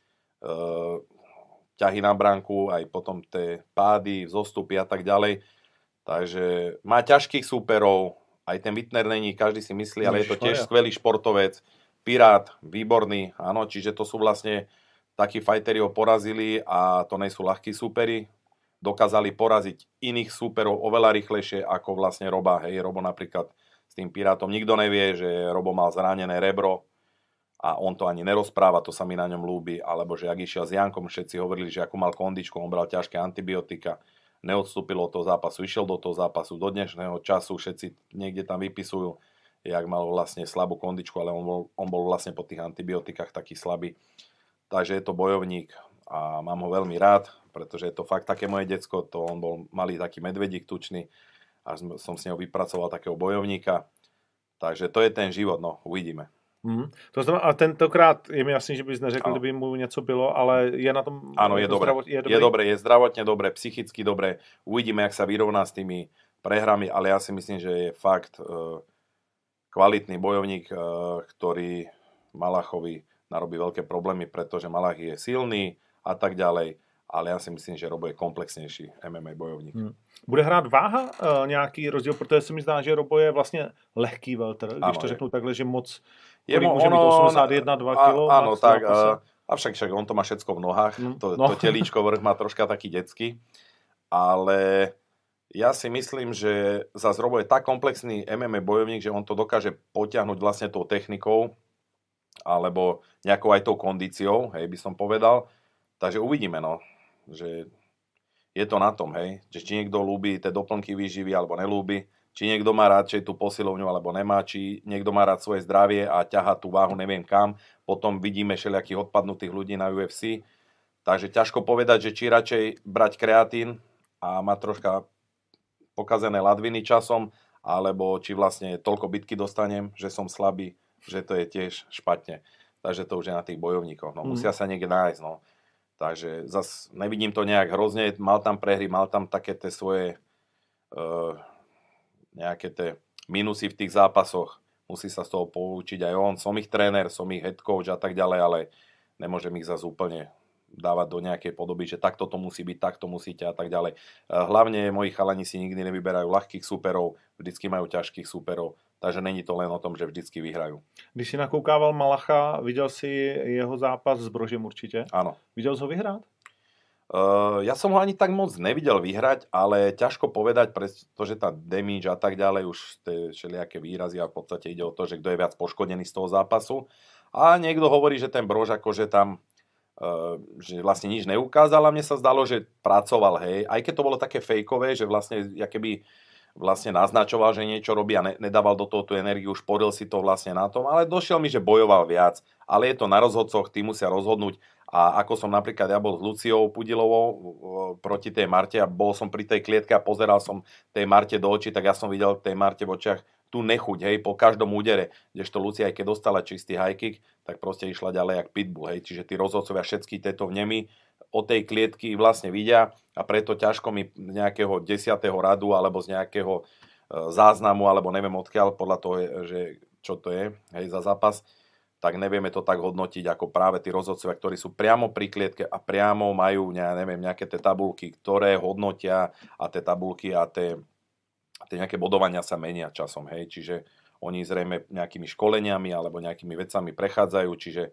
Speaker 6: ťahy na bránku, aj potom tie pády, zostupy a tak ďalej. Takže má ťažkých súperov, aj ten Wittner není, každý si myslí, ale je to tiež skvelý športovec. Pirát, výborný, áno, čiže to sú vlastne takí fighteri ho porazili a to nejsú ľahkí súperi. Dokázali poraziť iných súperov oveľa rýchlejšie ako vlastne Roba. Hej, Robo napríklad s tým Pirátom nikto nevie, že Robo mal zranené rebro a on to ani nerozpráva, to sa mi na ňom ľúbi, alebo že ak išiel s Jankom, všetci hovorili, že akú mal kondičku, on bral ťažké antibiotika, neodstúpil od toho zápasu, išiel do toho zápasu, do dnešného času všetci niekde tam vypisujú, jak mal vlastne slabú kondičku, ale on bol vlastne po tých antibiotikách taký slabý. Takže je to bojovník a mám ho veľmi rád, pretože je to fakt také moje decko, to on bol malý taký medvedík tučný, a som s neho vypracoval takého bojovníka. Takže to je ten život, no, uvidíme.
Speaker 3: To znamená, a tentokrát je mi jasný, že bys neřekl, kdyby mu něco bylo, ale je na tom...
Speaker 6: Áno, je dobré. Je dobré, je zdravotne dobré, psychicky dobré. Uvidíme, jak sa vyrovná s tými prehrami, ale ja si myslím, že je fakt kvalitný bojovník, ktorý Malachovi narobí veľké problémy, pretože Malach je silný a tak ďalej. Ale já si myslím, že Robo je komplexnější MMA bojovník.
Speaker 3: Bude hrát váha nějaký rozdíl, protože se mi zdá, že Robo je vlastně lehký welter, když to řeknu takhle, že moc může mít 81-2 kg.
Speaker 6: Áno, tak, avšak on to má všetko v nohách, to telíčko vrch má troška taký detský, ale ja si myslím, že zase Robo je tak komplexný MMA bojovník, že on to dokáže potiahnuť vlastne tou technikou, alebo nejakou aj tou kondíciou, hej, by som povedal. Takže uvidíme, no, že je to na tom, hej, že či niekto ľúbi tie doplnky výživy alebo nelúbi, či niekto má radšej tú posilovňu alebo nemá, či niekto má rád svoje zdravie a ťahá tú váhu neviem kam, potom vidíme všelijakých odpadnutých ľudí na UFC, takže ťažko povedať, že či radšej brať kreatín a mať troška pokazené ladviny časom, alebo či vlastne toľko bitky dostanem, že som slabý, že to je tiež špatne. Takže to už je na tých bojovníkoch, no, musia sa niekde nájsť, no. Takže zase nevidím to nejak hrozne, mal tam prehry, mal tam také tie svoje nejaké tie minusy v tých zápasoch, musí sa z toho poučiť aj on, som ich tréner, som ich head coach a tak ďalej, ale nemôžem ich zase úplne dávať do nejakej podoby, že takto to musí byť, takto musíte a tak ďalej. Hlavne moji chalani si nikdy nevyberajú ľahkých súperov, vždycky majú ťažkých súperov, takže není to len o tom, že vždycky vyhrajú.
Speaker 3: Když si nakoukával Malacha, viděl si jeho zápas s Brožem určitě?
Speaker 6: Áno.
Speaker 3: Viděl jsi ho vyhrát?
Speaker 6: Ja som ho ani tak moc nevidel vyhrať, ale ťažko povedať, pretože tá damage a tak ďalej, už tie všelijaké výrazy a v podstate ide o to, že kto je viac poškodený z toho zápasu. A niekto hovorí, že ten Brož akože tam že vlastne nič neukázal a mne sa zdalo, že pracoval, hej. Aj keď to bolo také fejkové, že vlastne keby vlastne naznačoval, že niečo robí a nedával do toho tú energiu, šporil si to vlastne na tom, ale došiel mi, že bojoval viac. Ale je to na rozhodcoch, tí musia rozhodnúť. A ako som napríklad ja bol s Luciou Pudilovou proti tej Marte a bol som pri tej klietke a pozeral som tej Marte do očí, tak ja som videl tej Marte v očiach tú nechuť, hej, po každom údere, kdežto Lucia, aj keď dostala čistý high kick, tak proste išla ďalej jak pitbull, hej, čiže tí rozhodcovia všetky tieto vnemy od tej klietky vlastne vidia a preto ťažko mi z nejakého 10. radu alebo z nejakého záznamu, alebo neviem odkiaľ, podľa toho, že čo to je, hej, za zápas, tak nevieme to tak hodnotiť ako práve tí rozhodcovia, ktorí sú priamo pri klietke a priamo majú, neviem, nejaké tie tabulky, ktoré hodnotia a tie tabulky a tie nejaké bodovania sa menia časom, hej, čiže oni zrejme nejakými školeniami alebo nejakými vecami prechádzajú, čiže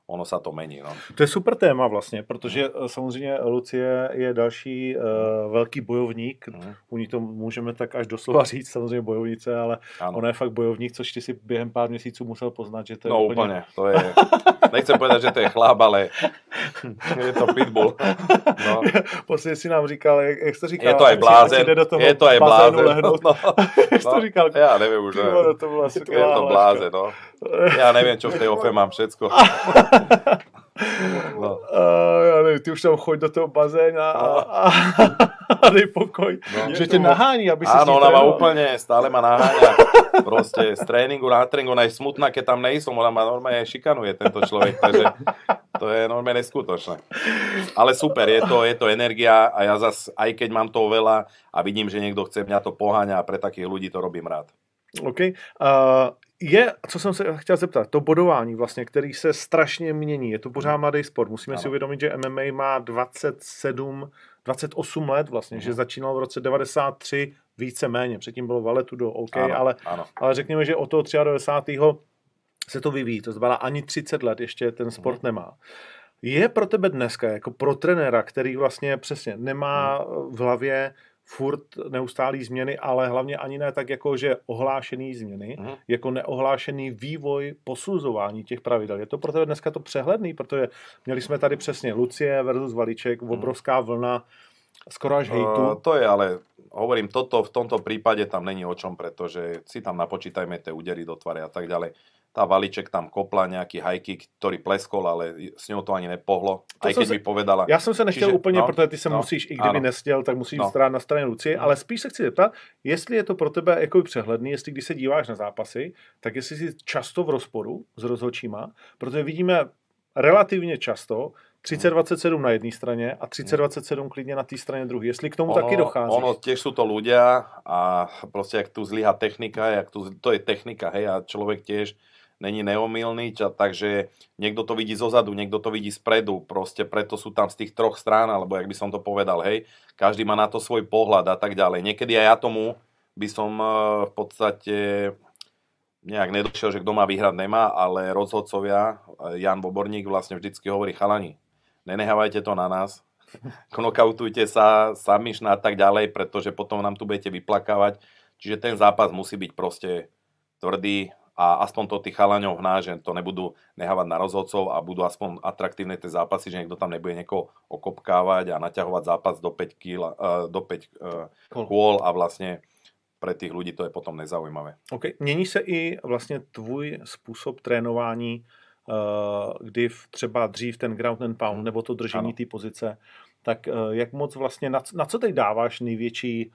Speaker 6: ono sa to mení. No.
Speaker 3: To je super téma vlastně, protože samozřejmě Lucie je další velký bojovník. U ní to můžeme tak až doslova říct, samozřejmě bojovnice, ale
Speaker 6: Ano.
Speaker 3: ona je fakt bojovník, což ty si během pár měsíců musel poznat, že to je
Speaker 6: No úplne, to je, nechcem povedať, že to je chlap, ale je to pitbull. No.
Speaker 3: Posledně si nám říkal, jak jsi to říkal?
Speaker 6: Je to aj blázen,
Speaker 3: je to aj blázen.
Speaker 6: No,
Speaker 3: Jak jsi to říkal?
Speaker 6: ja neviem už,
Speaker 3: To byla
Speaker 6: je to blázen, no. Ja neviem, čo v tej ofe mám všetko. No.
Speaker 3: Já nevím, ty už tam choď do toho bazéna a dej pokoj.
Speaker 6: No.
Speaker 3: Že tě nahání, aby si
Speaker 6: Áno, ona ma úplne, stále ma naháňa. Proste z tréningu na tréningu, ona je smutná, keď tam nejsom, ona ma normálne šikanuje, tento človek, takže to je normálne neskutočné. Ale super, je to energia a ja zas, aj keď mám toho veľa a vidím, že niekto chce mňa to poháňa a pre takých ľudí to robím rád.
Speaker 3: OK. Co jsem se chtěl zeptat, to bodování vlastně, který se strašně mění, je to pořád mladý sport. Musíme si uvědomit, že MMA má 28 let vlastně, že začínal v roce 93 víceméně, předtím bylo Valetudo, OK, ale řekněme, že od toho 93. se to vyvíjí, to znamená ani 30 let ještě ten sport nemá. Je pro tebe dneska, jako pro trenéra, který vlastně přesně nemá v hlavě furt neustálý změny, ale hlavně ani ne tak jako, že ohlášený změny, jako neohlášený vývoj posuzování těch pravidel. Je to pro tebe dneska to přehledný, protože měli jsme tady přesně Lucie versus Valiček, obrovská vlna, skoro až hejtu.
Speaker 6: To je, ale hovorím, toto v tomto prípade tam není o čom, pretože si tam napočítajme tie údery do tvary a tak ďalej. Tá Valiček tam kopla nejaký high kick, ktorý pleskol, ale s ňou to ani nepohlo. Aj keď mi povedala...
Speaker 3: Já jsem se nechtěl úplně, protože ty se musíš, i kdyby nestěl, tak musíš stát na straně Lucie, ale spíš se chci zeptat, jestli je to pro tebe jako přehledný, jestli když se díváš na zápasy, tak jestli jsi často v rozporu s rozhodčíma, protože vidíme relativně často 30-27 na jedné straně a 30-27 klidně na té straně druhé. Jestli k tomu taky dochází.
Speaker 6: Ono tiež sú to ľudia a proste jak tu zlyhá technika, to je technika, hej, a človek tiež není neomylný, takže niekto to vidí zozadu, niekto to vidí spredu, proste preto sú tam z tých troch strán, alebo jak by som to povedal, hej, každý má na to svoj pohľad a tak ďalej. Niekedy aj ja tomu by som v podstate nejak nedošiel, že kto má vyhrať nemá, ale rozhodcovia, Jan Boborník vlastne vždycky hovorí, chalani, nenehávajte to na nás, knockoutujte sa, submission a tak ďalej, pretože potom nám tu budete vyplakávať, čiže ten zápas musí byť proste tvrdý, a aspoň to tých chalaňov hná, že to nebudú nehávať na rozhodcov a budú aspoň atraktívne tie zápasy, že niekto tam nebude niekoho okopkávať a naťahovať zápas do 5 kôl a vlastne pre tých ľudí to je potom nezaujímavé.
Speaker 3: Okay. Mění se i vlastně tvůj způsob trénování, kdy třeba dřív ten ground and pound nebo to držení té pozice, tak jak moc vlastně, na co teď dáváš největší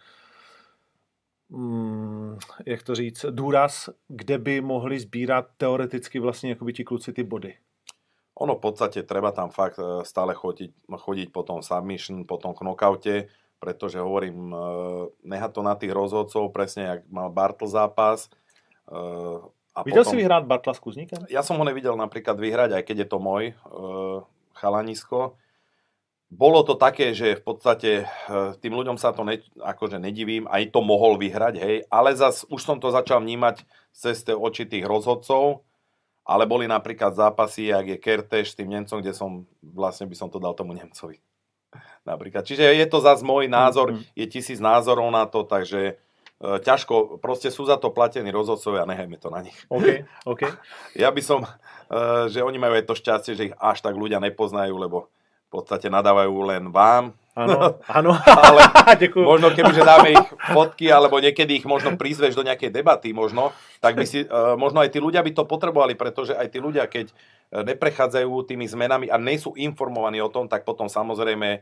Speaker 3: jak to říct, důraz, kde by mohli sbírat teoreticky vlastně jakoby ti kluci ty body?
Speaker 6: Ono v podstate treba tam fakt stále chodiť po tom submission, po tom knockoute, pretože hovorím, nehať to na tých rozhodcov, presne jak mal Bartl zápas.
Speaker 3: Videl si vyhrát Bartla s Kuzníkem?
Speaker 6: Ja som ho nevidel napríklad vyhrať, aj keď je to môj chalanisko. Bolo to také, že v podstate tým ľuďom sa to akože nedivím, aj to mohol vyhrať, hej, ale zas už som to začal vnímať cez tie oči tých rozhodcov, ale boli napríklad zápasy, jak je Kertéš s tým Nemcom, kde som, vlastne by som to dal tomu Nemcovi. Napríklad. Čiže je to zas môj názor, je 1000 názorov na to, takže ťažko, proste sú za to platení rozhodcovia a nehajme to na nich.
Speaker 3: Okay.
Speaker 6: Ja by som, že oni majú aj to šťastie, že ich až tak ľudia nepoznajú, lebo v podstate nadávajú len vám.
Speaker 3: Áno.
Speaker 6: Ale možno kebyže dáme ich fotky, alebo niekedy ich možno prizveš do nejakej debaty možno, tak by si, možno aj tí ľudia by to potrebovali, pretože aj tí ľudia, keď neprechádzajú tými zmenami a nie sú informovaní o tom, tak potom samozrejme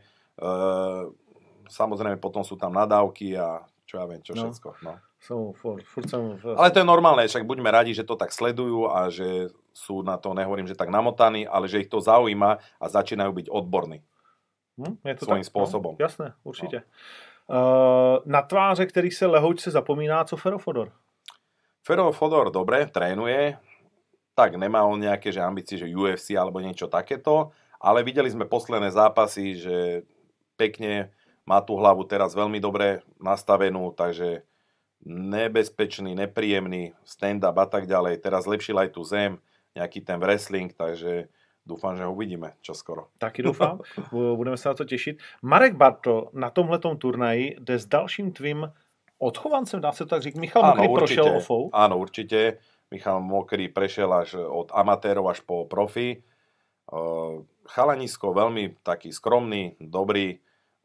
Speaker 6: potom sú tam nadávky a čo ja viem, čo všetko. No. Ale to je normálne, však buďme radi, že to tak sledujú a že sú na to, nehovorím, že tak namotaní, ale že ich to zaujíma a začínajú byť odborní.
Speaker 3: Je to
Speaker 6: svým
Speaker 3: tak,
Speaker 6: spôsobom.
Speaker 3: No, jasné, určitě. Na tváře, který se lehoučce zapomíná, co Fero Fodor?
Speaker 6: Fero Fodor dobre, trénuje, tak nemá on nejaké že ambície, že UFC alebo niečo takéto, ale videli sme posledné zápasy, že pekne má tú hlavu teraz veľmi dobre nastavenú, takže nebezpečný, nepríjemný stand-up a tak ďalej. Teraz lepšil aj tú zem, nejaký ten wrestling, takže dúfam, že ho uvidíme čoskoro.
Speaker 3: Taky doufám, budeme se na to těšit. Marek Bartl na tomhletom turnaji jde s dalším tvým odchovancem, dá se to tak říct. Michal Mokrý prošel ofou.
Speaker 6: Áno, určite. Michal Mokrý prešiel až od amatérov až po profi. Chalanisko veľmi taký skromný, dobrý.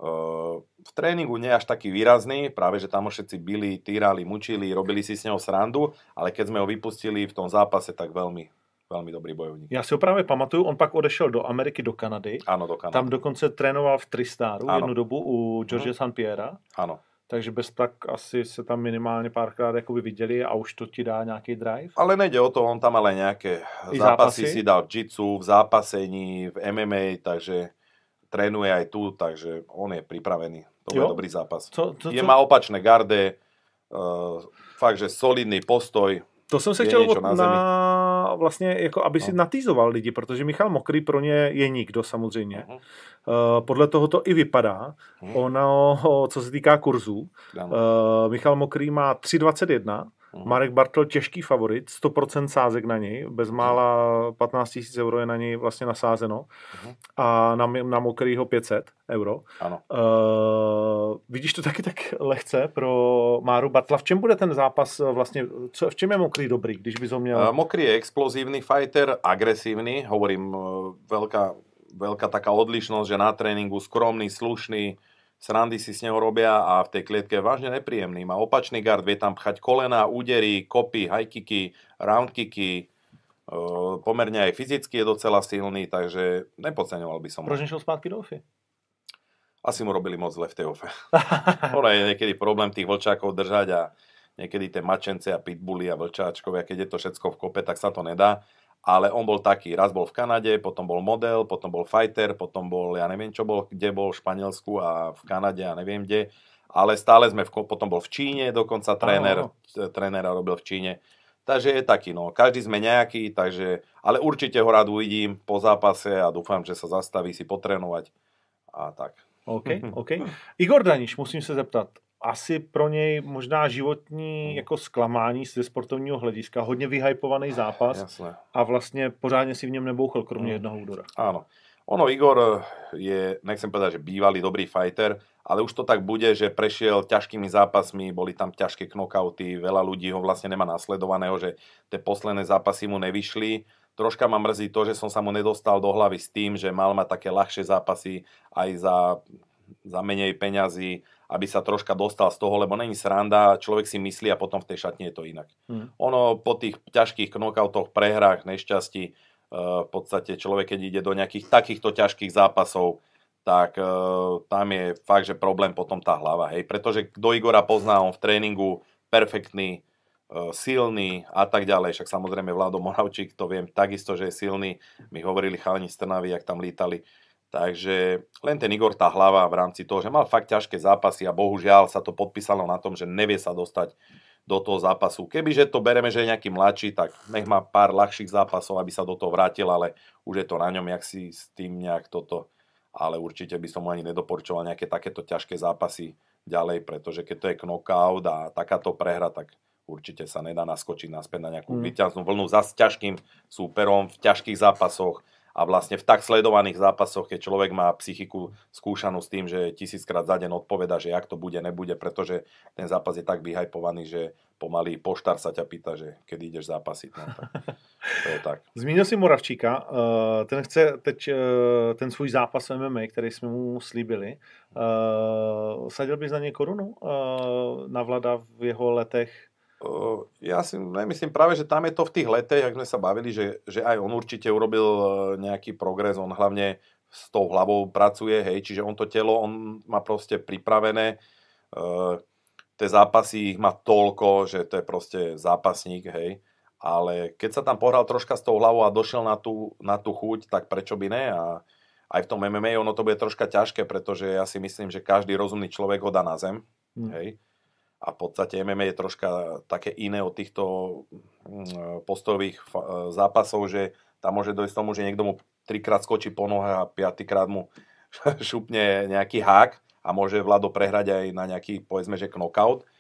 Speaker 6: V tréningu nie až taký výrazný, práve že tam všetci bili, týrali, mučili, robili si s neho srandu, ale keď sme ho vypustili v tom zápase, tak veľmi, veľmi dobrý bojovník.
Speaker 3: Já si ho právě pamatuju, on pak odešel do Ameriky, do Kanady.
Speaker 6: Áno, do Kanady.
Speaker 3: Tam dokonce trénoval v Tristaru
Speaker 6: Áno.
Speaker 3: jednu dobu u George St. Pierre.
Speaker 6: Áno.
Speaker 3: Takže bez tak asi se tam minimálně párkrát jakoby viděli a už to ti dá nějaký drive.
Speaker 6: Ale nejde o to, on tam ale nejaké zápasy si dal v jitsu, v zápasení, v MMA, takže trénuje aj tu, takže on je pripravený. To bude dobrý zápas. Má opačné garde, fakt, že solidný postoj.
Speaker 3: To jsem se chtěl vlastně, jako aby si natýzoval lidi, protože Michal Mokrý pro ně je nikdo samozřejmě. Podle toho to i vypadá. Ono, co se týká kurzů, Michal Mokrý má 3,21, Marek Bartl těžký favorit, 100% sázek na něj, bezmála 15 000 euro je na něj vlastně nasázeno a na Mokrýho 500 euro.
Speaker 6: Ano.
Speaker 3: Vidíš to taky tak lehce pro Máru Bartla? V čem bude ten zápas vlastně, v čem je Mokrý dobrý, když bys ho měl?
Speaker 6: Mokrý je explozívny fighter, agresívny, hovorím, veľká taká odlišnosť, že na tréningu skromný, slušný, srandy si s neho robia a v tej klietke je vážne nepríjemný. Má opačný gard, vie tam pchať kolena, údery, kopy, high kicky, round kicky, pomerne aj fyzicky je docela silný, takže nepodceňoval by som.
Speaker 3: Proč nešiel zpátky do ofy?
Speaker 6: Asi mu robili moc zle v tej ofe. Ono je niekedy problém tých vlčákov držať a niekedy tie mačence a pitbully a vlčáčkovia, keď je to všetko v kope, tak sa to nedá. Ale on bol taký, raz bol v Kanade, potom bol model, potom bol fighter, potom bol, ja neviem čo bol, kde bol, v Španielsku a v Kanade a neviem kde, ale stále sme, potom bol v Číne, dokonca trénera robil v Číne, takže je taký, no, každý sme nejaký, takže, ale určite ho rád uvidím po zápase a dúfam, že sa zastaví si potrénovať a tak.
Speaker 3: OK. Igor Daniš, musím se zeptat, asi pro něj možná životní jako zklamání ze sportovního hlediska, hodně vyhypovaný zápas.
Speaker 6: Jasné.
Speaker 3: A vlastně pořádně si v něm nebouchl, kromě jednoho údora.
Speaker 6: Áno. Ono, Igor je, nechcem povedať, že bývalý dobrý fighter, ale už to tak bude, že prešiel ťažkými zápasmi, boli tam ťažké knockouty, veľa ľudí ho vlastne nemá nasledovaného, že tie posledné zápasy mu nevyšli. Troška ma mrzí to, že som sa mu nedostal do hlavy s tým, že mal mať také ľahšie zápasy aj za menej peňazí, aby sa troška dostal z toho, lebo není sranda, človek si myslí a potom v tej šatni je to inak. Ono po tých ťažkých knockoutoch, prehrách, nešťastí, v podstate človek, keď ide do nejakých takýchto ťažkých zápasov, tak tam je fakt, že problém potom tá hlava. Hej. Pretože kto Igora pozná, on v tréningu perfektný, silný a tak ďalej. Však samozrejme Vlado Moravčík, to viem takisto, že je silný. My hovorili chalani z Trnavy, jak tam lítali. Takže len ten Igor, tá hlava v rámci toho, že mal fakt ťažké zápasy a bohužiaľ sa to podpísalo na tom, že nevie sa dostať do toho zápasu. Kebyže to bereme, že je nejaký mladší, tak nech má pár ľahších zápasov, aby sa do toho vrátil, ale už je to na ňom, jak si s tým nejak toto. Ale určite by som mu ani nedoporučoval nejaké takéto ťažké zápasy ďalej, pretože keď to je knockout a takáto prehra, tak určite sa nedá naskočiť naspäť na nejakú víťaznú vlnu za ťažkým súperom v ťažkých zápasoch. A vlastne v tak sledovaných zápasoch, keď človek má psychiku skúšanú s tým, že 1000-krát za deň odpoveda, že jak to bude, nebude, pretože ten zápas je tak vyhypovaný, že pomaly poštár sa ťa pýta, že kedy ideš zápasiť. No, tak, to je tak.
Speaker 3: Zmínil si Moravčíka, ten chce teď ten svůj zápas MMA, který jsme mu slíbili. Sadil bys na něj korunu? Na Vlada v jeho letech?
Speaker 6: Ja si nemyslím práve, že tam je to v tých letech, jak sme sa bavili, že aj on určite urobil nejaký progres, on hlavne s tou hlavou pracuje, hej, čiže on to telo, on má proste pripravené, tie zápasy ich má toľko, že to je proste zápasník, hej, ale keď sa tam pohral troška s tou hlavou a došiel na tú chuť, tak prečo by ne, a aj v tom MMA ono to bude troška ťažké, pretože ja si myslím, že každý rozumný človek ho dá na zem, hej. A v podstate MMA je troška také iné od týchto postojových zápasov, že tam môže dojsť tomu, že niekto mu 3-krát skočí po nohe a 5-krát mu šupne nejaký hák a môže Vlado prehrať aj na nejaký, povedzme, že knockout.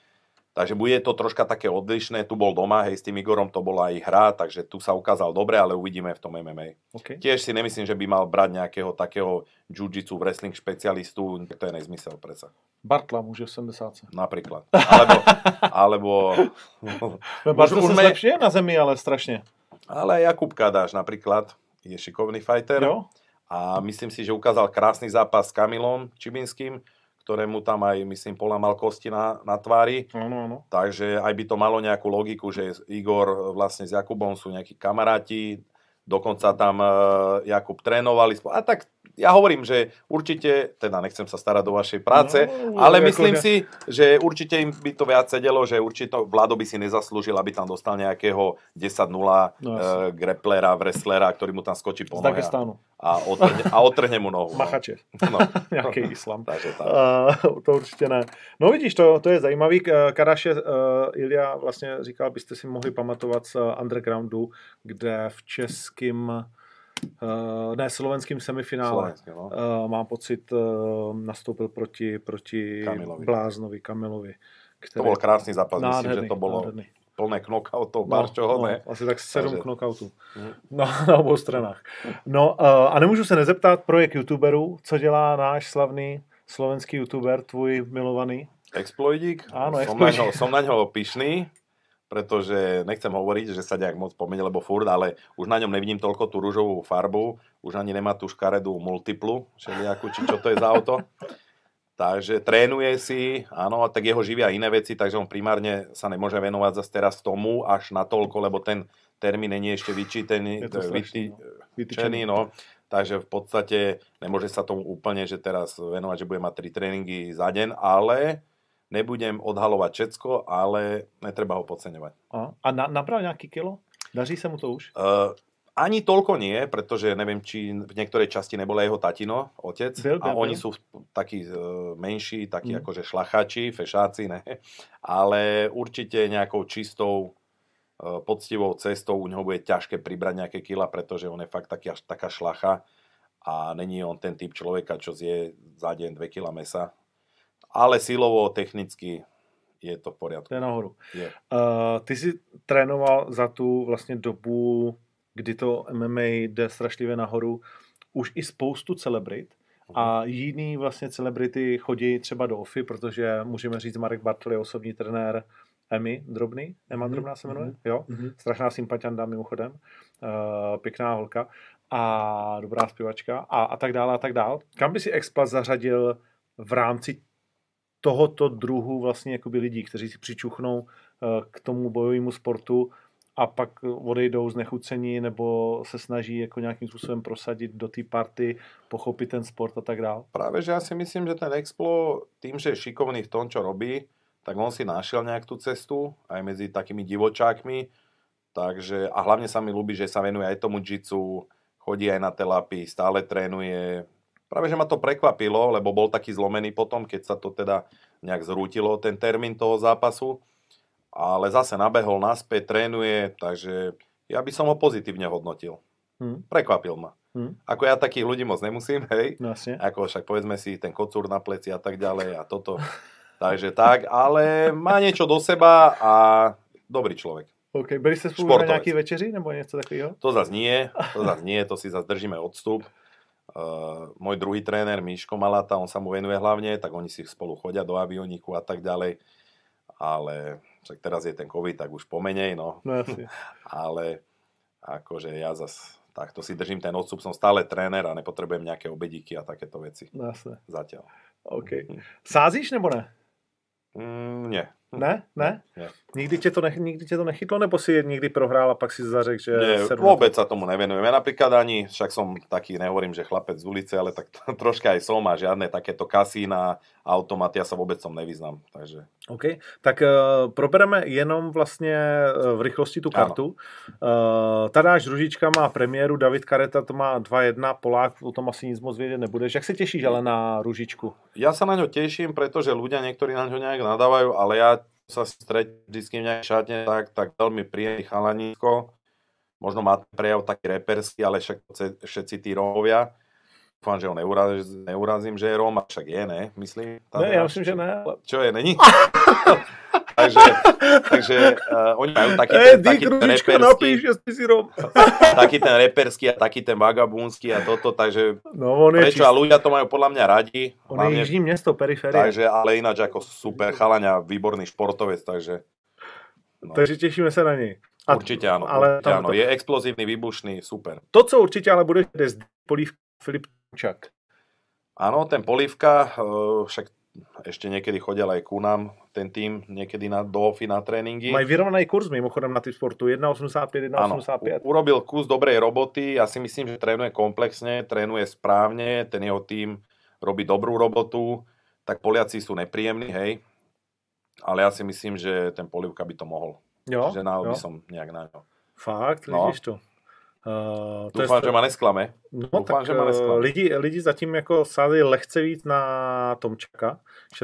Speaker 6: Takže bude to troška také odlišné. Tu bol doma, hej, s tým Igorom to bola aj hra, takže tu sa ukázal dobre, ale uvidíme v tom MMA.
Speaker 3: Okay.
Speaker 6: Tiež si nemyslím, že by mal brať nejakého takého jiu-jitsu wrestling špecialistu, to je nezmysel predsa.
Speaker 3: Bartla může v 70.
Speaker 6: Napríklad. Alebo
Speaker 3: Bartla se zlepšuje na zemi, ale strašne.
Speaker 6: Ale Jakub Kadáš napríklad je šikovný fighter.
Speaker 3: Jo?
Speaker 6: A myslím si, že ukázal krásny zápas s Kamilom Čibinským, ktorému tam aj, myslím, polamal kosti na tvári.
Speaker 3: Áno.
Speaker 6: Takže aj by to malo nejakú logiku, že Igor vlastne s Jakubom sú nejakí kamaráti, dokonca tam Jakub trénovali. A tak ja hovorím, že určite, teda nechcem sa starať do vašej práce, ale myslím si, že určite im by to viac sedelo, že určite Vlado by si nezaslúžil, aby tam dostal nejakého 10-0 grapplera, wrestlera, ktorý mu tam skočí po nohe a otrhne mu nohu.
Speaker 3: Machače.
Speaker 6: No.
Speaker 3: Nějaký islam.
Speaker 6: Takže tak.
Speaker 3: To určitě ne. No vidíš, to je zajímavý. Kadaše Ilja vlastně říkal, byste si mohli pamatovat z Undergroundu, kde v českým slovenským semifinále. Mám pocit, nastoupil proti Bláznovi, Kamilovi.
Speaker 6: To bol krásny zápas. Myslím, že to bolo plné knockoutov, čoho ne.
Speaker 3: Asi tak 7 knockoutů. Na obou stranách. No a nemůžu se nezeptat, projekt youtuberů, co dělá náš slavný slovenský youtuber, tvůj milovaný?
Speaker 6: Exploidík?
Speaker 3: Áno,
Speaker 6: som na ňo pyšný, pretože nechcem hovoriť, že sa nejak moc pomene, lebo furt, ale už na ňom nevidím toľko tú ružovú farbu, už ani nemá tú škaredú multiplu, všelijakú, či čo to je za auto. Takže trénuje si, áno, a tak jeho živia iné veci, takže on primárne sa nemôže venovať zase teraz tomu až natoľko, lebo ten termín nie je ešte vytýčený, no. Takže v podstate nemôže sa tomu úplne, že teraz venovať, že bude mať 3 tréningy za deň, ale nebudem odhalovať všetko, ale netreba ho podceňovať.
Speaker 3: A nabral nejaký kilo? Daří sa mu to už?
Speaker 6: Ani toľko nie, pretože neviem, či v niektorej časti nebola jeho tatino, otec. Oni sú takí menší, takí akože šlachači, fešáci, ne? Ale určite nejakou čistou, poctivou cestou u neho bude ťažké pribrať nejaké kila, pretože on je fakt taká šlacha a není on ten typ človeka, čo zje za deň 2 kg mesa. Ale silovo, technicky je to v poriadku.
Speaker 3: To je nahoru. Ty jsi trénoval za tu vlastně dobu, kdy to MMA jde strašlivě nahoru, už i spoustu celebrit. A jiný vlastně celebrity chodí třeba do OFI, protože můžeme říct, Marek Bartl je osobní trenér Emma Drobná se jmenuje? Jo? Strašná sympatianda mimochodem. Pěkná holka. A dobrá zpěvačka. A tak dále, a tak dále. Kam by si Explas zařadil v rámci tohoto druhu vlastně jakoby lidí, kteří si přičuchnou k tomu bojovému sportu a pak odejdou znechucení nebo se snaží jako nějakým způsobem prosadit do té party, pochopit ten sport a tak dále?
Speaker 6: Práve, že ja si myslím, že ten Explo tým, že je šikovný v tom, čo robí, tak on si našiel nejak tú cestu aj medzi takými divočákmi, takže a hlavne sa mi ľúbi, že sa venuje aj tomu jitsu, chodí aj na telapy, stále trénuje. Práve, že ma to prekvapilo, lebo bol taký zlomený potom, keď sa to teda nejak zrútilo, ten termín toho zápasu. Ale zase nabehol naspäť, trénuje, takže ja by som ho pozitívne hodnotil. Prekvapil ma. Ako ja takých ľudí moc nemusím, hej.
Speaker 3: Vlastne.
Speaker 6: Ako však povedzme si ten kocúr na pleci a tak ďalej a toto. Takže tak, ale má niečo do seba a dobrý človek.
Speaker 3: OK, byli ste spolu na nejaký večeři nebo niečo takového?
Speaker 6: To zase nie, to si zase držíme odstup. Môj druhý tréner Miško Malata, on sa mu venuje hlavne, tak oni si spolu chodia do avioníku a tak ďalej. Ale však teraz je ten COVID, tak už pomenej, no.
Speaker 3: Jasne.
Speaker 6: Ale akože ja zase takto si držím ten odstup, som stále tréner a nepotrebujem nejaké obedíky a takéto veci.
Speaker 3: Jasne.
Speaker 6: Zatiaľ.
Speaker 3: OK. Sázíš nebo ne?
Speaker 6: Nie.
Speaker 3: Ne?
Speaker 6: Nie.
Speaker 3: Nikdy tě to nechytlo, nebo si někdy prohrál a pak si zařekl, že...
Speaker 6: Nie, vôbec sa tomu nevenujem. Ja napríklad ani, však som taký, nehovorím, že chlapec z ulice, ale tak troška aj som a žiadne takéto kasína, automaty, ja sa vôbec som nevyznám. Takže...
Speaker 3: OK, tak probereme jenom vlastně v rychlosti tu kartu. Tadáš Ružička má premiéru, David Kareta to má 2-1, Polák, o tom asi nic moc vědět nebudeš. Jak se těšíš ale na Ružičku?
Speaker 6: Ja sa na ňo teším, pretože ľudia niektorí na ňo nejak nadávajú, ale ja sa stretím vždycky v nejakej šatne, tak veľmi príjemný chalanísko. Možno má prejav taký reperský, ale však všetci tí Rómovia. Dúfam, že ho neurazím, že je Róm, a však je, ne? Myslím?
Speaker 3: Ne, ja myslím, že ne.
Speaker 6: Čo je, není? takže oni majú taký ten reperský a taký ten vagabúnsky a toto, takže prečo a ľudia to majú podľa mňa radi.
Speaker 3: On je jižní město, periferie.
Speaker 6: Takže, ale ináč ako super chalaň a výborný športovec, takže...
Speaker 3: No. Takže těšíme se na něj.
Speaker 6: Určitě ano, určitě ano. Je explozivní, výbušný, super.
Speaker 3: To, co určitě ale bude Polívka, Filip Čak.
Speaker 6: Áno, ten Polívka, však ešte niekedy chodil aj ku nám, ten tým, niekedy do ofy na tréningy.
Speaker 3: Mají vyrovnaný kurz mimochodem na ty sportu, 1,85, 1,85.
Speaker 6: Urobil kus dobrej roboty, ja si myslím, že trénuje komplexne, trénuje správne, ten jeho tým robí dobrú robotu, tak Poliaci sú nepríjemní, hej, ale ja si myslím, že ten Polívka by to mohol.
Speaker 3: Jo,
Speaker 6: že by som nejak na ňo.
Speaker 3: Fakt, vidíš to.
Speaker 6: Doufám, že ma nesklame.
Speaker 3: No doufám, tak lidi zatím jako sázejí lehce víc na Tomčaka,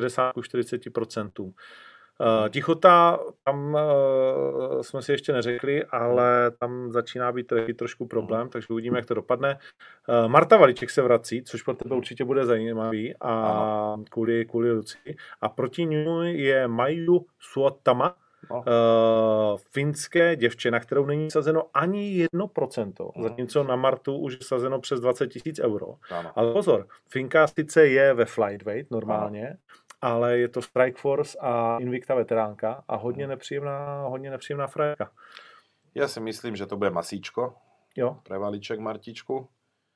Speaker 3: 60-40%. Tichota, tam jsme si ještě neřekli, ale tam začíná být trošku problém, takže uvidíme, jak to dopadne. Marta Valiček se vrací, což pro tebe určitě bude zajímavý a kvůli Luci. A proti ní je Maiju Suotama, finské děvče, na kterou není sazeno ani 1%, zatímco na Martu už je sazeno přes 20 000 euro. Ale pozor, Finka sice je ve flyweight normálně, ale je to Strikeforce a Invicta veteránka a hodně nepříjemná frajerka.
Speaker 6: Ja si myslím, že to bude masíčko pre Valiček Martičku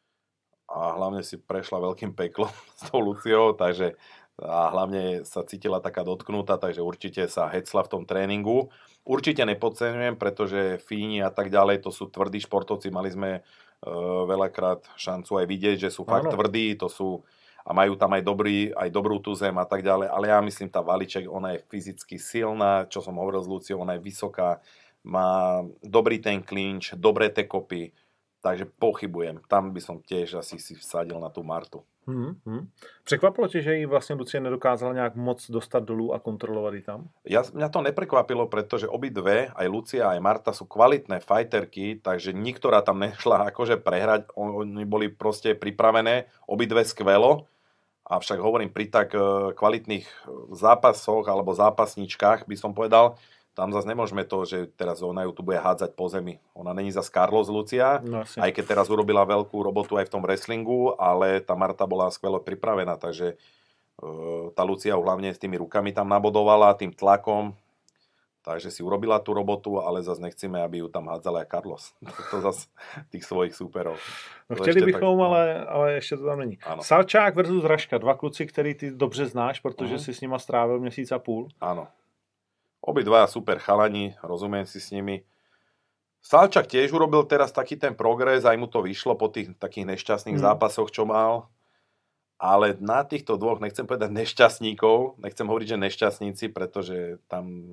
Speaker 6: a hlavne si prešla veľkým peklom s tou Luciou, takže a hlavne sa cítila taká dotknutá, takže určite sa hecla v tom tréningu. Určite nepodceňujem, pretože Fíni a tak ďalej, to sú tvrdí športovci, mali sme veľakrát šancu aj vidieť, že sú fakt tvrdí, to sú a majú tam aj dobrú tú zem a tak ďalej, ale ja myslím, tá Valiček, ona je fyzicky silná, čo som hovoril s Luciou, ona je vysoká, má dobrý ten klinč, dobré tie kopy, takže pochybujem. Tam by som tiež asi si vsadil na tú Martu.
Speaker 3: Překvapilo tě, že jí vlastně Lucie nedokázala nějak moc dostat dolů a kontrolovat ji tam?
Speaker 6: Mňa to neprekvapilo, pretože obidve, aj Lucia, aj Marta sú kvalitné fighterky, takže niktorá tam nešla akože prehrať, oni boli proste pripravené, obidve skvelo, avšak hovorím, pri tak kvalitných zápasoch alebo zápasníčkach by som povedal, tam zase nemôžeme to, že teraz ona ju tu bude hádzať po zemi. Ona není zase Carlos Lucia, aj keď teraz urobila veľkú robotu aj v tom wrestlingu, ale tá Marta bola skvelo pripravená, takže tá Lucia hlavne s tými rukami tam nabodovala, tým tlakom, takže si urobila tú robotu, ale zase nechceme, aby ju tam hádzala aj Carlos. To zase tých svojich súperov.
Speaker 3: No chtěli bychom, ale ještě to tam není. Ano. Salčák versus Raška, dva kluci, který ty dobře znáš, protože si s nima strávil měsíc a půl.
Speaker 6: Áno. Obidvaja super chalani, rozumiem si s nimi. Salčak tiež urobil teraz taký ten progres, aj mu to vyšlo po tých takých nešťastných zápasoch, čo mal. Ale na týchto dvoch, nechcem povedať nešťastníkov, nechcem hovoriť, že nešťastníci, pretože tam...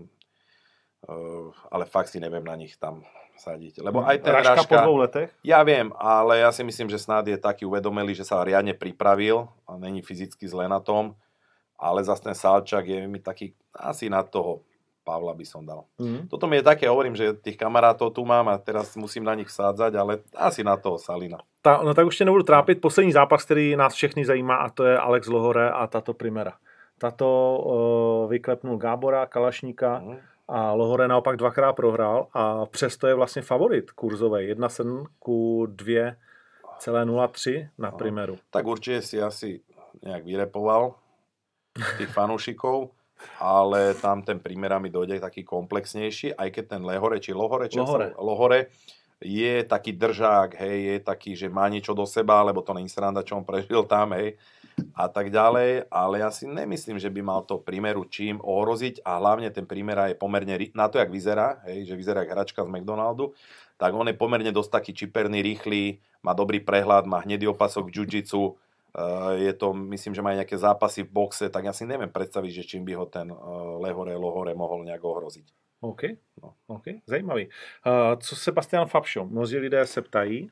Speaker 6: ale fakt si neviem na nich tam sadiť. Lebo aj ten
Speaker 3: Raška po 2 letech?
Speaker 6: Ja viem, ale ja si myslím, že snáď je taký uvedomelý, že sa riadne pripravil a není fyzicky zle na tom. Ale zase ten Salčak je mi taký asi na toho Pavla by som dal. Toto mi je také, hovorím, že tých kamarátov tu mám a teraz musím na nich vsádzať, ale asi na toho Salina.
Speaker 3: No tak už tě nebudu trápit. Poslední zápas, který nás všechny zajímá, a to je Alex Lohore a Tato Primera. Tato vyklepnul Gábora, Kalašníka a Lohore naopak 2krát prohrál a přesto je vlastně favorit kurzovej. 1,7 ku 2,03 na Primeru.
Speaker 6: Tak určite si asi nejak vyrepoval tých fanúšikov, ale tam ten Primera mi dojde taký komplexnejší, aj keď ten Lohore je taký držák, hej, je taký, že má niečo do seba, lebo to není sranda, čo on prežil tam, hej, a tak ďalej, ale ja si nemyslím, že by mal to Primeru čím ohroziť a hlavne ten Primera je pomerne, na to, jak vyzerá, hej, že vyzerá jak hračka z McDonaldu, tak on je pomerne dosť taký čiperný, rýchly, má dobrý prehľad, má hnedý opasok v jiu-jitsu, je to, myslím, že má nejaké zápasy v boxe, tak ja si neviem predstaviť, že čím by ho ten Lohore mohol nejak ohroziť.
Speaker 3: OK, zajímavý. Co Sebastian Fabšo? Mnozí lidé se ptají,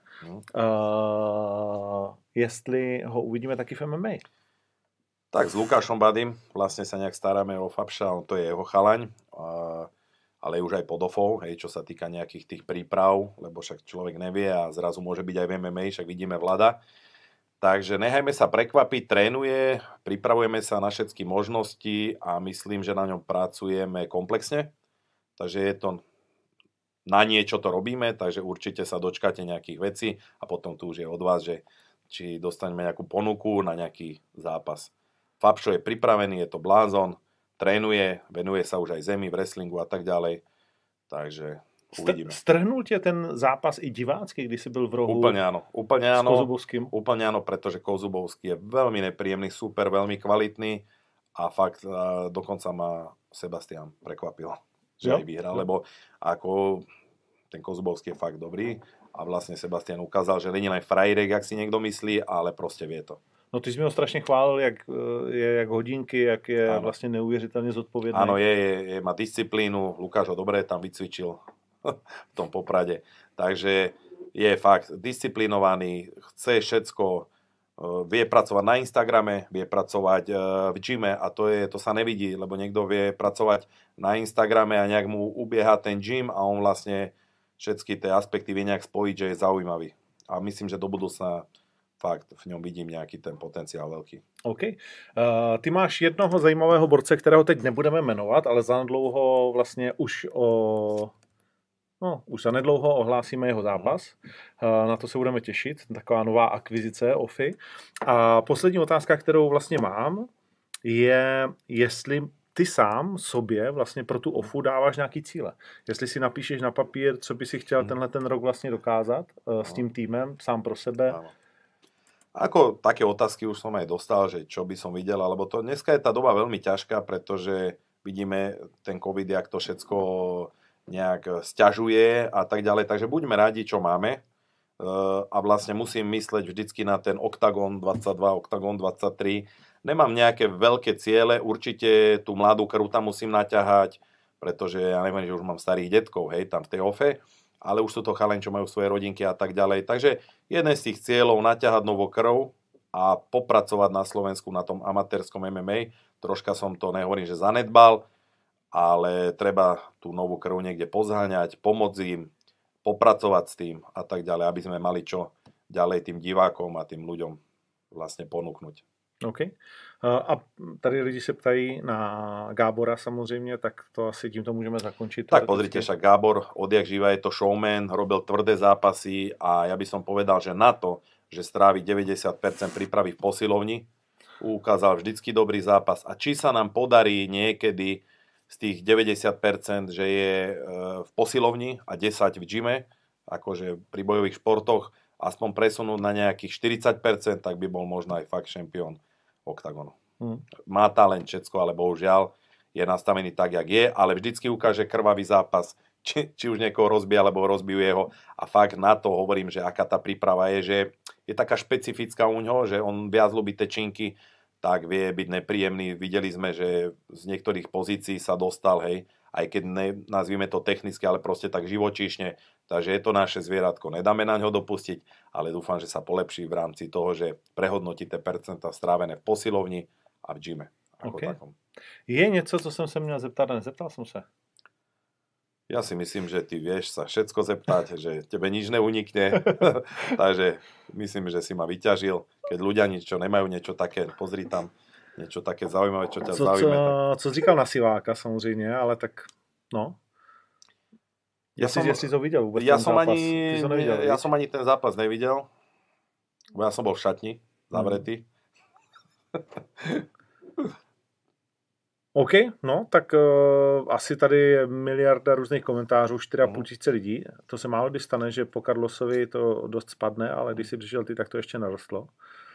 Speaker 3: jestli ho uvidíme taky v MMA.
Speaker 6: Tak s Lukášom Badym vlastne sa nejak staráme o Fabša, on to je jeho chalaň, ale už aj pod ofou, hej, čo sa týka nejakých tých príprav, lebo však človek nevie a zrazu môže byť aj v MMA, však vidíme Vlada. Takže nechajme sa prekvapiť, trénuje, pripravujeme sa na všetky možnosti a myslím, že na ňom pracujeme komplexne. Takže je to na niečo to robíme, takže určite sa dočkáte nejakých vecí a potom tu už je od vás, že či dostaneme nejakú ponuku na nejaký zápas. Fabšo je pripravený, je to blázon, trénuje, venuje sa už aj zemi, v wrestlingu a tak ďalej. Takže uvidíme.
Speaker 3: Strhnul tě ten zápas i divácky, když jsi byl v rohu
Speaker 6: Úplne áno,
Speaker 3: s Kozubovským?
Speaker 6: Úplne áno, pretože Kozubovský je veľmi nepríjemný, super, veľmi kvalitný a fakt dokonca ma Sebastian prekvapil, že aj vyhral, lebo ako ten Kozubovský je fakt dobrý a vlastne Sebastian ukázal, že není len frajerek, jak si niekto myslí, ale proste vie to.
Speaker 3: No ty jsi mi ho strašně chválil, jak hodinky, jak je
Speaker 6: ano.
Speaker 3: vlastně neuvěřitelně zodpovědný.
Speaker 6: Áno, má disciplínu, Lukáš ho dobre tam vycvičil v tom Poprade. Takže je fakt disciplinovaný, chce všetko, vie pracovať na Instagrame, vie pracovať v gyme a to sa nevidí, lebo niekto vie pracovať na Instagrame a nejak mu ubieha ten gym a on vlastne všetky tie aspekty vie nejak spojiť, že je zaujímavý. A myslím, že do budúcna fakt v ňom vidím nějaký ten potenciál velký.
Speaker 3: OK. Ty máš jednoho zajímavého borce, kterého teď nebudeme jmenovat, ale zanedlouho vlastně už zanedlouho ohlásíme jeho zápas. Na to se budeme těšit. Taková nová akvizice OFI. A poslední otázka, kterou vlastně mám, je, jestli ty sám sobě vlastně pro tu OFU dáváš nějaký cíle. Jestli si napíšeš na papír, co by si chtěl tenhle ten rok vlastně dokázat s tím týmem, sám pro sebe.
Speaker 6: Áno. Ako také otázky už som aj dostal, že čo by som videl, alebo to dneska je tá doba veľmi ťažká, pretože vidíme ten COVID, jak to všetko nejak sťažuje a tak ďalej, takže buďme radi, čo máme a vlastne musím mysleť vždycky na ten Octagon 22, Octagon 23. Nemám nejaké veľké ciele, určite tú mladú krv tam musím naťahať, pretože ja neviem, že už mám starých detkov, hej, tam v tej OFE, ale už sú to chalani, čo majú svoje rodinky a tak ďalej. Takže jeden z tých cieľov naťahať novú krv a popracovať na Slovensku na tom amatérskom MMA. Troška som to, nehovorím, že zanedbal, ale treba tú novú krv niekde pozháňať, pomôcť im, popracovať s tým a tak ďalej, aby sme mali čo ďalej tým divákom a tým ľuďom vlastne ponúknuť.
Speaker 3: OK. A tady lidi se ptají na Gábora samozřejmě, tak to asi tímto můžeme zakončit.
Speaker 6: Tak pozrite, však Gábor odjak živa je to showman, robil tvrdé zápasy a ja by som povedal, že na to, že strávi 90% prípravy v posilovni, ukázal vždycky dobrý zápas a či sa nám podarí niekedy z tých 90%, že je v posilovni a 10% v gyme, akože pri bojových športoch, aspoň presunúť na nejakých 40%, tak by bol možno aj fakt šampión Octagonu. Má talent všetko, ale bohužiaľ je nastavený tak, jak je, ale vždycky ukáže krvavý zápas, či už niekoho rozbije, alebo rozbijú jeho. A fakt na to hovorím, že aká tá príprava je, že je taká špecifická u ňoho, že on viac ľubí tečinky, tak vie byť nepríjemný. Videli sme, že z niektorých pozícií sa dostal, hej, aj keď nazvime to technicky, ale proste tak živočíšne. Takže je to naše zvieratko. Nedáme na ňo dopustiť, ale dúfam, že sa polepší v rámci toho, že prehodnotí tie percenta strávené v posilovni a v gyme.
Speaker 3: Okay. Je něco, co jsem se měl zeptat a nezeptal jsem se?
Speaker 6: Ja si myslím, že ty vieš sa všetko zeptať, že tebe nič neunikne. Takže myslím, že si ma vyťažil. Keď ľudia niečo nemajú, niečo také, pozri tam, niečo také zaujímavé, čo ťa zaujíma.
Speaker 3: Co říkal na Siváka samozřejmě, ale tak no. Jestli to viděl vůbec
Speaker 6: ja
Speaker 3: ten
Speaker 6: som
Speaker 3: zápas.
Speaker 6: Ja som ani ten zápas nevidel, bo ja som bol v šatni, zavretý.
Speaker 3: OK, no, tak asi tady je miliarda různých komentářů, 4,5 tisíce lidí. To se málo kdy stane, že po Carlosovi to dost spadne, ale když si přišel ty, tak to ještě narostlo.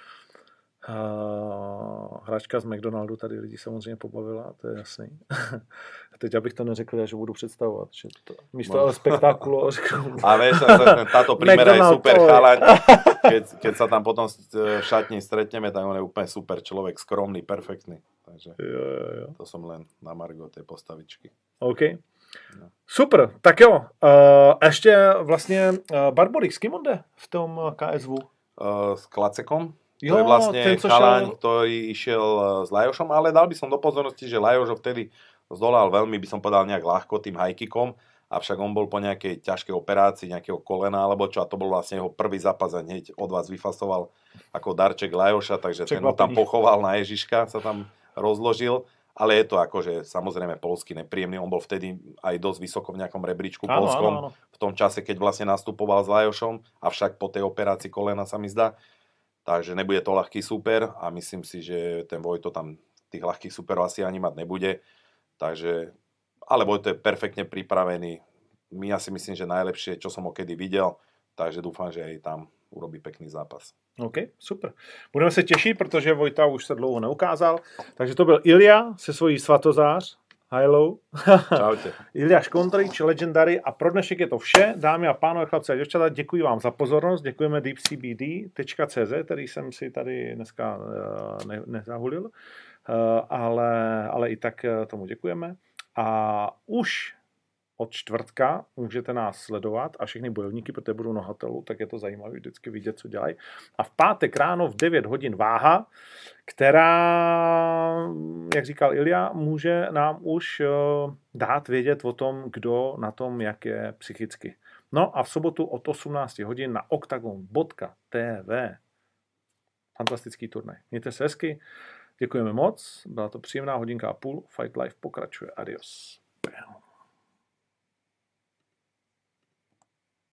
Speaker 3: Hračka z McDonaldu tady lidi samozřejmě pobavila, to je jasný. Teď abych to neřekl, že budu představovat, že to místo spektákulo řeknu.
Speaker 6: A vieš, táto primera je super chalaň. Keď sa tam potom v šatni stretneme, tak on je úplne super človek, skromný, perfektný. Takže
Speaker 3: jo.
Speaker 6: To som len na margo tej postavičky.
Speaker 3: OK. No. Super, tak jo. Ještě vlastně Barborik, s kým on jde v tom KSV?
Speaker 6: S Klacekom.
Speaker 3: Jo,
Speaker 6: to je vlastne chalaň,
Speaker 3: šel...
Speaker 6: ktorý išiel s Lajošom, ale dal by som do pozornosti, že Lajoš ho vtedy zdolal veľmi, by som povedal, nejak ľahko tým high kickom avšak on bol po nejakej ťažkej operácii, nejakého kolena alebo čo, a to bol vlastne jeho prvý zápas a hneď od vás vyfasoval ako darček Lajoša, takže ten ho tam pochoval na Ježiška, sa tam rozložil, ale je to akože samozrejme polský nepríjemný, on bol vtedy aj dosť vysoko v nejakom rebríčku polskom, v tom čase, keď vlastne nastupoval s Lajošom, avšak po tej operácii kolena sa mi zdá, takže nebude to ľahký súper a myslím si, že ten Vojto tam tých ľahkých súperov asi ani mať nebude, takže ale Vojto je perfektne pripravený. Ja si myslím, že najlepšie, čo som ho kedy videl, takže dúfam, že aj tam urobí pekný zápas.
Speaker 3: OK, super. Budeme se těšit, protože Vojta už se dlouho neukázal. Takže to byl Ilja se svojí svatozář. Hello.
Speaker 6: Čaute.
Speaker 3: Ilja Škontrič, Legendary. A pro dnešek je to vše. Dámy a pánové, chlapci a děvčata, děkuji vám za pozornost. Děkujeme deepcbd.cz, který jsem si tady dneska nezahulil. Ale i tak tomu děkujeme. A už od čtvrtka můžete nás sledovat a všechny bojovníky, protože budou na hotelu, tak je to zajímavé vždycky vidět, co dělají. A v pátek ráno v 9 hodin váha, která, jak říkal Ilja, může nám už dát vědět o tom, kdo na tom, jak je psychicky. No a v sobotu od 18 hodin na octagon.tv. Fantastický turnaj. Mějte se hezky. Děkujeme moc, byla to příjemná hodinka a půl. Fight Life pokračuje. Adios.